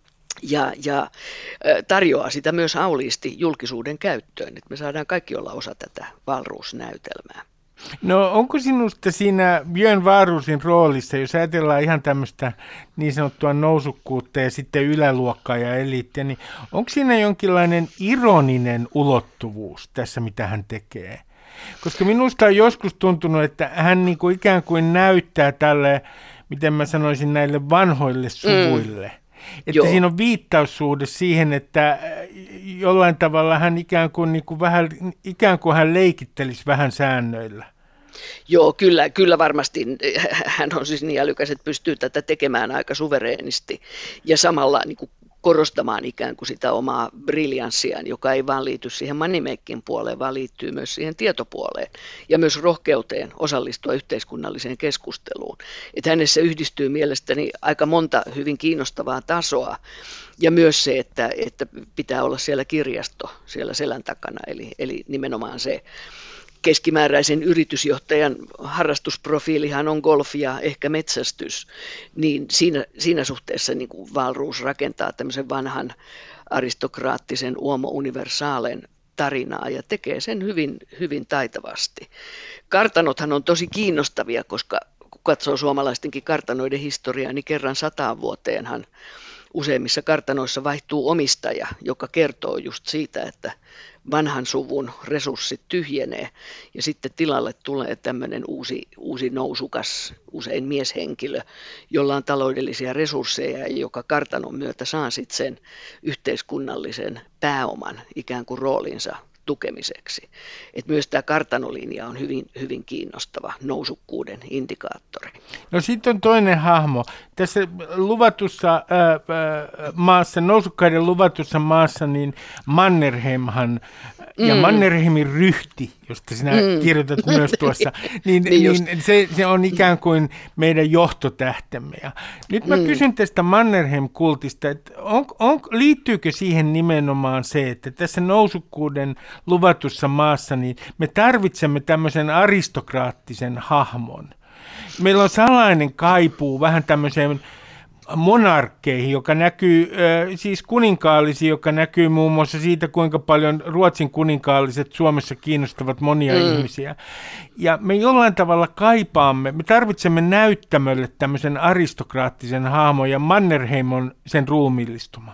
[SPEAKER 6] Ja, ja tarjoaa sitä myös auliisti julkisuuden käyttöön, että me saadaan kaikki olla osa tätä Wahlroos-näytelmää.
[SPEAKER 3] No onko sinusta siinä Björn Wahlroosin roolissa, jos ajatellaan ihan tämmöistä niin sanottua nousukkuutta ja sitten yläluokkaa ja eliittiä, niin onko siinä jonkinlainen ironinen ulottuvuus tässä, mitä hän tekee? Koska minusta on joskus tuntunut, että hän niin kuin ikään kuin näyttää tälle, miten mä sanoisin, näille vanhoille suvuille. Mm. Että Joo. Siinä on viittaussuhde siihen, että jollain tavalla hän ikään kuin, niin kuin vähän, ikään kuin hän leikittelisi vähän säännöillä.
[SPEAKER 6] Joo, kyllä, kyllä varmasti. Hän on siis niin älykäs, että pystyy tätä tekemään aika suvereenisti ja samalla niin kuin korostamaan ikään kuin sitä omaa briljanssiaan, joka ei vaan liity siihen moneymaking puoleen, vaan liittyy myös siihen tietopuoleen ja myös rohkeuteen osallistua yhteiskunnalliseen keskusteluun. Että hänessä yhdistyy mielestäni aika monta hyvin kiinnostavaa tasoa ja myös se, että, että pitää olla siellä kirjasto siellä selän takana, eli, eli nimenomaan se keskimääräisen yritysjohtajan harrastusprofiilihan on golf ja ehkä metsästys, niin siinä, siinä suhteessa niin kuin Wahlroos rakentaa tämmöisen vanhan aristokraattisen uomo universaalen tarinaa ja tekee sen hyvin, hyvin taitavasti. Kartanothan on tosi kiinnostavia, koska kun katsoo suomalaistenkin kartanoiden historiaa, niin kerran sataan vuoteenhan useimmissa kartanoissa vaihtuu omistaja, joka kertoo just siitä, että vanhan suvun resurssit tyhjenee ja sitten tilalle tulee tämmöinen uusi, uusi nousukas, usein mieshenkilö, jolla on taloudellisia resursseja ja joka kartanon myötä saa sitten sen yhteiskunnallisen pääoman ikään kuin roolinsa tukemiseksi. Et myös tämä kartanolinja on hyvin, hyvin kiinnostava nousukkuuden indikaattori. No
[SPEAKER 3] sitten on toinen hahmo. Tässä luvatussa ää, maassa, nousukkaiden luvatussa maassa, niin Mannerheimhan ja mm. Mannerheimin ryhti, josta sinä mm. kirjoitat myös tuossa, niin, niin, niin se, se on ikään kuin meidän johtotähtemme. Ja nyt mä mm. kysyn tästä Mannerheim-kultista, että on, on, liittyykö siihen nimenomaan se, että tässä nousukkuuden luvatussa maassa niin me tarvitsemme tämmöisen aristokraattisen hahmon. Meillä on salainen kaipuu vähän tämmöiseen monarkkeihin, joka näkyy, siis kuninkaallisiin, joka näkyy muun muassa siitä, kuinka paljon Ruotsin kuninkaalliset Suomessa kiinnostavat monia mm. ihmisiä. Ja me jollain tavalla kaipaamme, me tarvitsemme näyttämölle tämmöisen aristokraattisen hahmon, ja Mannerheim on sen ruumiillistuma.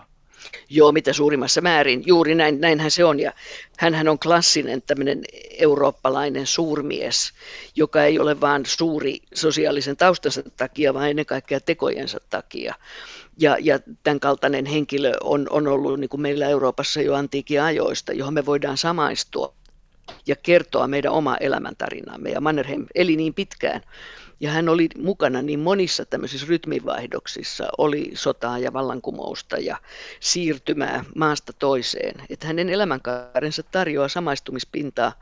[SPEAKER 6] Joo, mitä suurimmassa määrin. Juuri näin, näinhän se on. Ja hänhän on klassinen tämmöinen eurooppalainen suurmies, joka ei ole vain suuri sosiaalisen taustansa takia, vaan ennen kaikkea tekojensa takia. Ja, ja tämän kaltainen henkilö on, on ollut niin kuin meillä Euroopassa jo antiikin ajoista, johon me voidaan samaistua ja kertoa meidän oma elämäntarinaamme. Ja Mannerheim eli niin pitkään. Ja hän oli mukana niin monissa tämmöisissä rytminvaihdoksissa, oli sotaa ja vallankumousta ja siirtymää maasta toiseen. Että hänen elämänkaarensa tarjoaa samaistumispintaa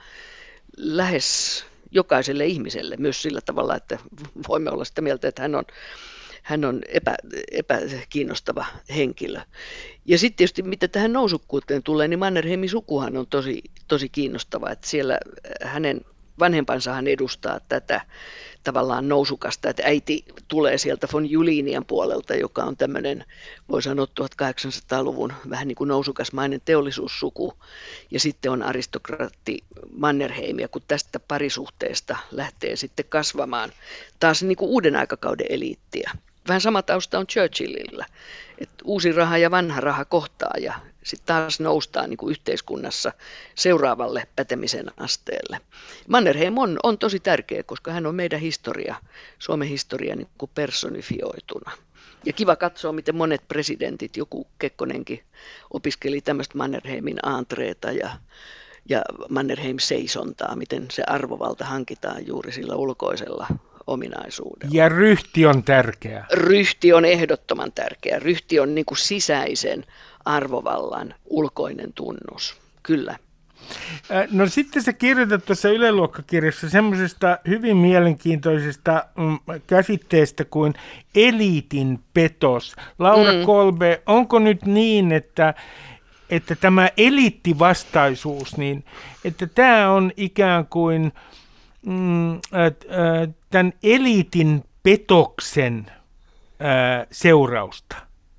[SPEAKER 6] lähes jokaiselle ihmiselle, myös sillä tavalla, että voimme olla sitä mieltä, että hän on, hän on epä, epäkiinnostava henkilö. Ja sitten tietysti mitä tähän nousukkuuteen tulee, niin Mannerheimin sukuhan on tosi, tosi kiinnostava, että siellä hänen vanhempansahan edustaa tätä tavallaan nousukasta, että äiti tulee sieltä von Julinian puolelta, joka on tämmöinen, voi sanoa tuhatkahdeksansataaluvun vähän niin kuin nousukasmainen teollisuussuku, ja sitten on aristokraatti Mannerheim, ja kun tästä parisuhteesta lähtee sitten kasvamaan taas niin kuin uuden aikakauden eliittiä. Vähän sama tausta on Churchillillä, että uusi raha ja vanha raha kohtaa ja sitten taas noustaan niin kuin yhteiskunnassa seuraavalle pätemisen asteelle. Mannerheim on, on tosi tärkeä, koska hän on meidän historia, Suomen historia niin kuin personifioituna. Ja kiva katsoa, miten monet presidentit, joku Kekkonenkin opiskeli tämmöistä Mannerheimin aantreeta ja, ja Mannerheim-seisontaa, miten se arvovalta hankitaan juuri sillä ulkoisella ominaisuudella.
[SPEAKER 3] Ja ryhti on tärkeä.
[SPEAKER 6] Ryhti on ehdottoman tärkeä. Ryhti on niin kuin sisäisen arvovallan ulkoinen tunnus. Kyllä.
[SPEAKER 3] No sitten sä kirjoitat tuossa Yle-luokkakirjassa semmoisesta hyvin mielenkiintoisesta mm, käsitteestä kuin eliitin petos. Laura mm. Kolbe, onko nyt niin, että että tämä eliittivastaisuus, niin että tämä on ikään kuin mm, äh, äh, tämän eliitin petoksen äh, seurausta?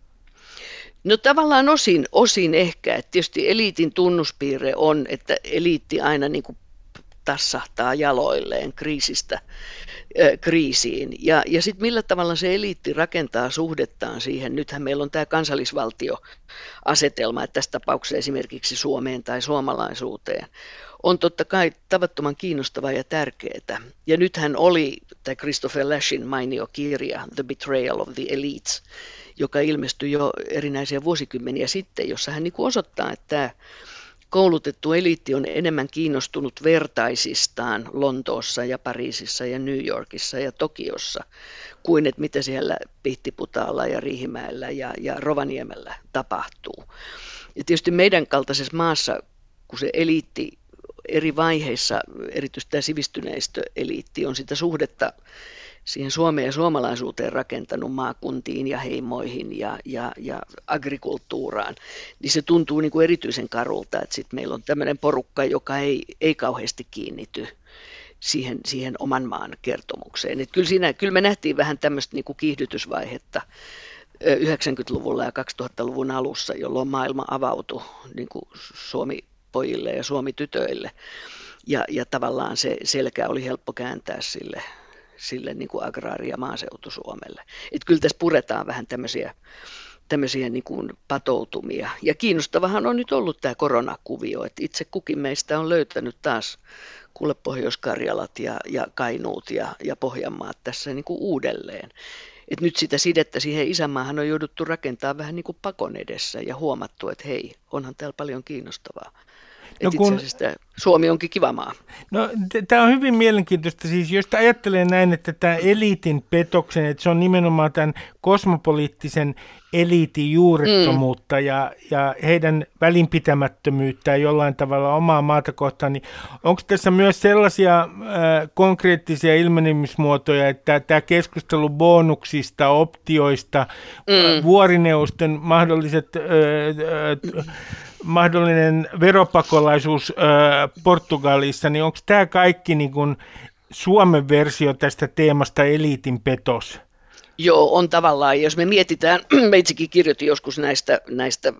[SPEAKER 6] No tavallaan osin, osin ehkä. Että tietysti eliitin tunnuspiirre on, että eliitti aina niin kuin tassahtaa jaloilleen kriisistä äh, kriisiin. Ja, ja sitten millä tavalla se eliitti rakentaa suhdettaan siihen. Nythän meillä on tämä kansallisvaltioasetelma, että tässä tapauksessa esimerkiksi Suomeen tai suomalaisuuteen on totta kai tavattoman kiinnostavaa ja tärkeää. Ja nythän oli tämä Christopher Lashin mainio kirja The Betrayal of the Elites, joka ilmestyi jo erinäisiä vuosikymmeniä sitten, jossa hän niin kuin osoittaa, että tämä koulutettu eliitti on enemmän kiinnostunut vertaisistaan Lontoossa ja Pariisissa ja New Yorkissa ja Tokiossa kuin että mitä siellä Pihtiputaalla ja Riihimäellä ja, ja Rovaniemellä tapahtuu. Ja tietysti meidän kaltaisessa maassa, kun se eliitti eri vaiheissa, erityisesti tämä sivistyneistöeliitti, on sitä suhdetta siihen Suomeen ja suomalaisuuteen rakentanut maakuntiin ja heimoihin ja, ja, ja agrikulttuuraan, niin se tuntuu niin kuin erityisen karulta, että sitten meillä on tämmöinen porukka, joka ei, ei kauheasti kiinnity siihen, siihen oman maan kertomukseen. Et kyllä, siinä, kyllä me nähtiin vähän tämmöistä niin kuin kiihdytysvaihetta yhdeksänkymmentäluvulla ja kaksituhattaluvun alussa, jolloin maailma avautui niin kuin Suomi-pojille ja Suomi-tytöille, ja, ja tavallaan se selkä oli helppo kääntää sille sille niin kuin agraari- ja maaseutu-Suomelle. Että kyllä tässä puretaan vähän tämmöisiä, tämmöisiä niin kuin patoutumia. Ja kiinnostavahan on nyt ollut tämä koronakuvio, että itse kukin meistä on löytänyt taas kuule Pohjois-Karjalat ja, ja Kainuut ja, ja Pohjanmaat tässä niin kuin uudelleen. Et nyt sitä sidettä siihen isänmaahan on jouduttu rakentamaan vähän niin kuin pakon edessä ja huomattu, että hei, onhan täällä paljon kiinnostavaa. No kun, itse asiassa Suomi onkin kiva maa.
[SPEAKER 3] No tämä on hyvin mielenkiintoista. Siis jos ajattelee näin, että tämä eliitin petoksen, että se on nimenomaan tämän kosmopoliittisen eliitin juurettomuutta mm. ja, ja heidän välinpitämättömyyttään jollain tavalla omaa maata kohtaan, niin onko tässä myös sellaisia äh, konkreettisia ilmenemismuotoja, että tämä keskustelu bonuksista, optioista, mm. äh, vuorineuvosten mahdolliset äh, äh, mahdollinen veropakolaisuus äh, Portugalissa, niin onko tämä kaikki niin kuin Suomen versio tästä teemasta eliitin petos?
[SPEAKER 6] Joo, on tavallaan. Jos me mietitään, me itsekin kirjoitin joskus näistä, näistä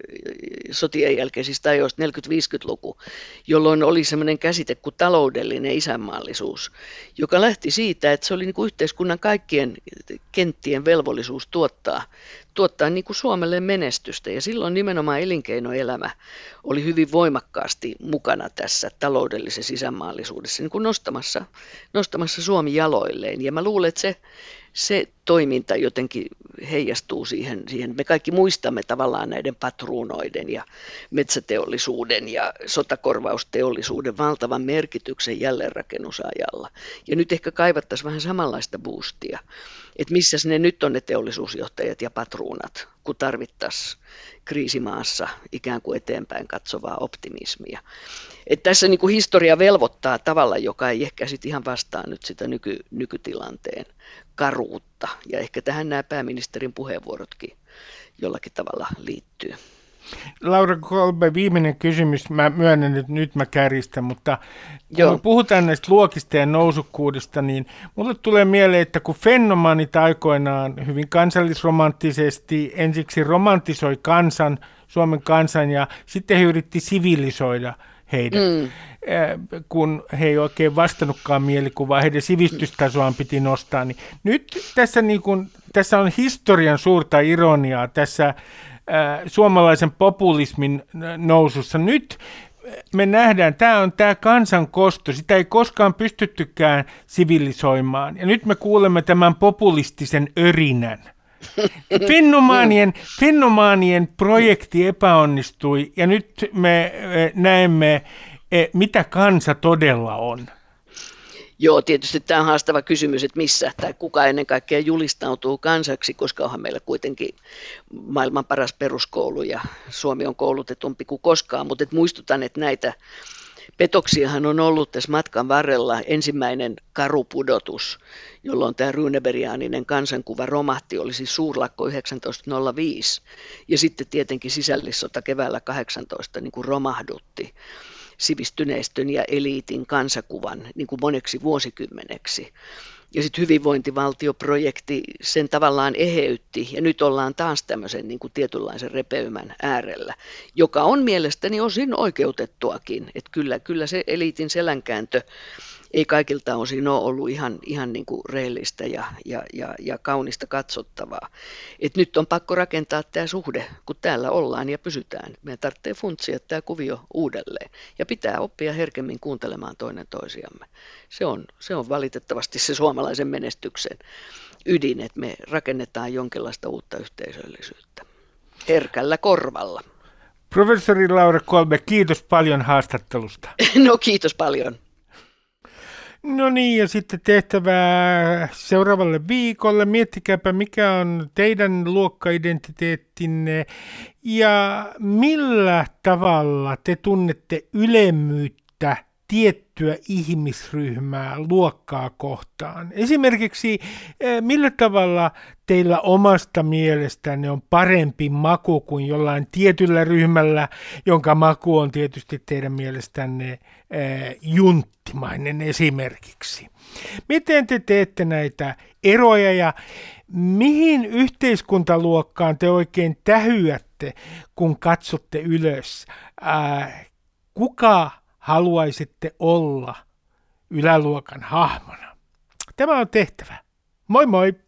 [SPEAKER 6] sotien jälkeisistä ajoista neljäkymmentä-viisikymmentäluku, jolloin oli sellainen käsite kuin taloudellinen isänmaallisuus, joka lähti siitä, että se oli niin kuin yhteiskunnan kaikkien kenttien velvollisuus tuottaa, tuottaa niin kuin Suomelle menestystä. Ja silloin nimenomaan elinkeinoelämä oli hyvin voimakkaasti mukana tässä taloudellisessa isänmaallisuudessa, niin kuin nostamassa, nostamassa Suomi jaloilleen. Ja mä luulen, että se Se toiminta jotenkin heijastuu siihen, siihen. Me kaikki muistamme tavallaan näiden patruunoiden ja metsäteollisuuden ja sotakorvausteollisuuden valtavan merkityksen jälleenrakennusajalla. Ja nyt ehkä kaivattaisiin vähän samanlaista boostia, että missä ne nyt on ne teollisuusjohtajat ja patruunat, kun tarvittaisiin kriisimaassa ikään kuin eteenpäin katsovaa optimismia. Että tässä niin kuin historia velvoittaa tavalla, joka ei ehkä sit ihan vastaa nyt sitä nyky, nykytilanteen karuutta. Ja ehkä tähän nämä pääministerin puheenvuorotkin jollakin tavalla liittyy.
[SPEAKER 3] Laura Kolbe, viimeinen kysymys. Mä myönnän, että nyt mä kärjistän, mutta kun Joo. me puhutaan näistä luokista ja nousukkuudesta, niin mulle tulee mieleen, että kun fenomaanit aikoinaan hyvin kansallisromanttisesti ensiksi romantisoi kansan, Suomen kansan, ja sitten he yritti sivilisoida heidät, mm. kun he ei oikein vastannutkaan mielikuvaa, heidän sivistystasoaan piti nostaa. Niin nyt tässä, niin kun, tässä on historian suurta ironiaa tässä suomalaisen populismin nousussa. Nyt me nähdään, tämä on tämä kansan kosto, sitä ei koskaan pystyttykään sivilisoimaan. Ja nyt me kuulemme tämän populistisen örinän. Fenomaanien, fenomaanien projekti epäonnistui ja nyt me näemme, mitä kansa todella on.
[SPEAKER 6] Joo, tietysti tämä on haastava kysymys, että missä tai kuka ennen kaikkea julistautuu kansaksi, koska onhan meillä kuitenkin maailman paras peruskoulu ja Suomi on koulutetumpi kuin koskaan, mutta et muistutan, että näitä petoksiahan on ollut tässä matkan varrella. Ensimmäinen karupudotus, jolloin tämä runebergianinen kansankuva romahti, oli siis suurlakko yhdeksäntoista nolla viisi ja sitten tietenkin sisällissota keväällä kahdeksantoista niin kuin romahdutti sivistyneistön ja eliitin kansakuvan niin kuin moneksi vuosikymmeneksi. Ja sitten hyvinvointivaltioprojekti sen tavallaan eheytti, ja nyt ollaan taas tämmöisen niin kuin tietynlaisen repeymän äärellä, joka on mielestäni osin oikeutettuakin. Että kyllä, kyllä se eliitin selänkääntö ei kaikilta osin ole ollut ihan, ihan niin kuin rehellistä ja, ja, ja, ja kaunista katsottavaa. Et nyt on pakko rakentaa tämä suhde, kun täällä ollaan ja pysytään. Meidän tarvitsee funtsia tämä kuvio uudelleen ja pitää oppia herkemmin kuuntelemaan toinen toisiamme. Se on, se on valitettavasti se suomalaisen menestyksen ydin, että me rakennetaan jonkinlaista uutta yhteisöllisyyttä herkällä korvalla.
[SPEAKER 3] Professori Laura Kolbe, kiitos paljon haastattelusta.
[SPEAKER 6] No kiitos paljon.
[SPEAKER 3] No niin, ja sitten tehtävää seuraavalle viikolle. Miettikääpä, mikä on teidän luokkaidentiteettinne ja millä tavalla te tunnette ylemmyyttä tiettyä ihmisryhmää luokkaa kohtaan. Esimerkiksi millä tavalla teillä omasta mielestänne on parempi maku kuin jollain tietyllä ryhmällä, jonka maku on tietysti teidän mielestänne junttimainen esimerkiksi. Miten te teette näitä eroja ja mihin yhteiskuntaluokkaan te oikein tähyätte, kun katsotte ylös? Ää, kuka haluaisitte olla yläluokan hahmona? Tämä on tehtävä. Moi moi!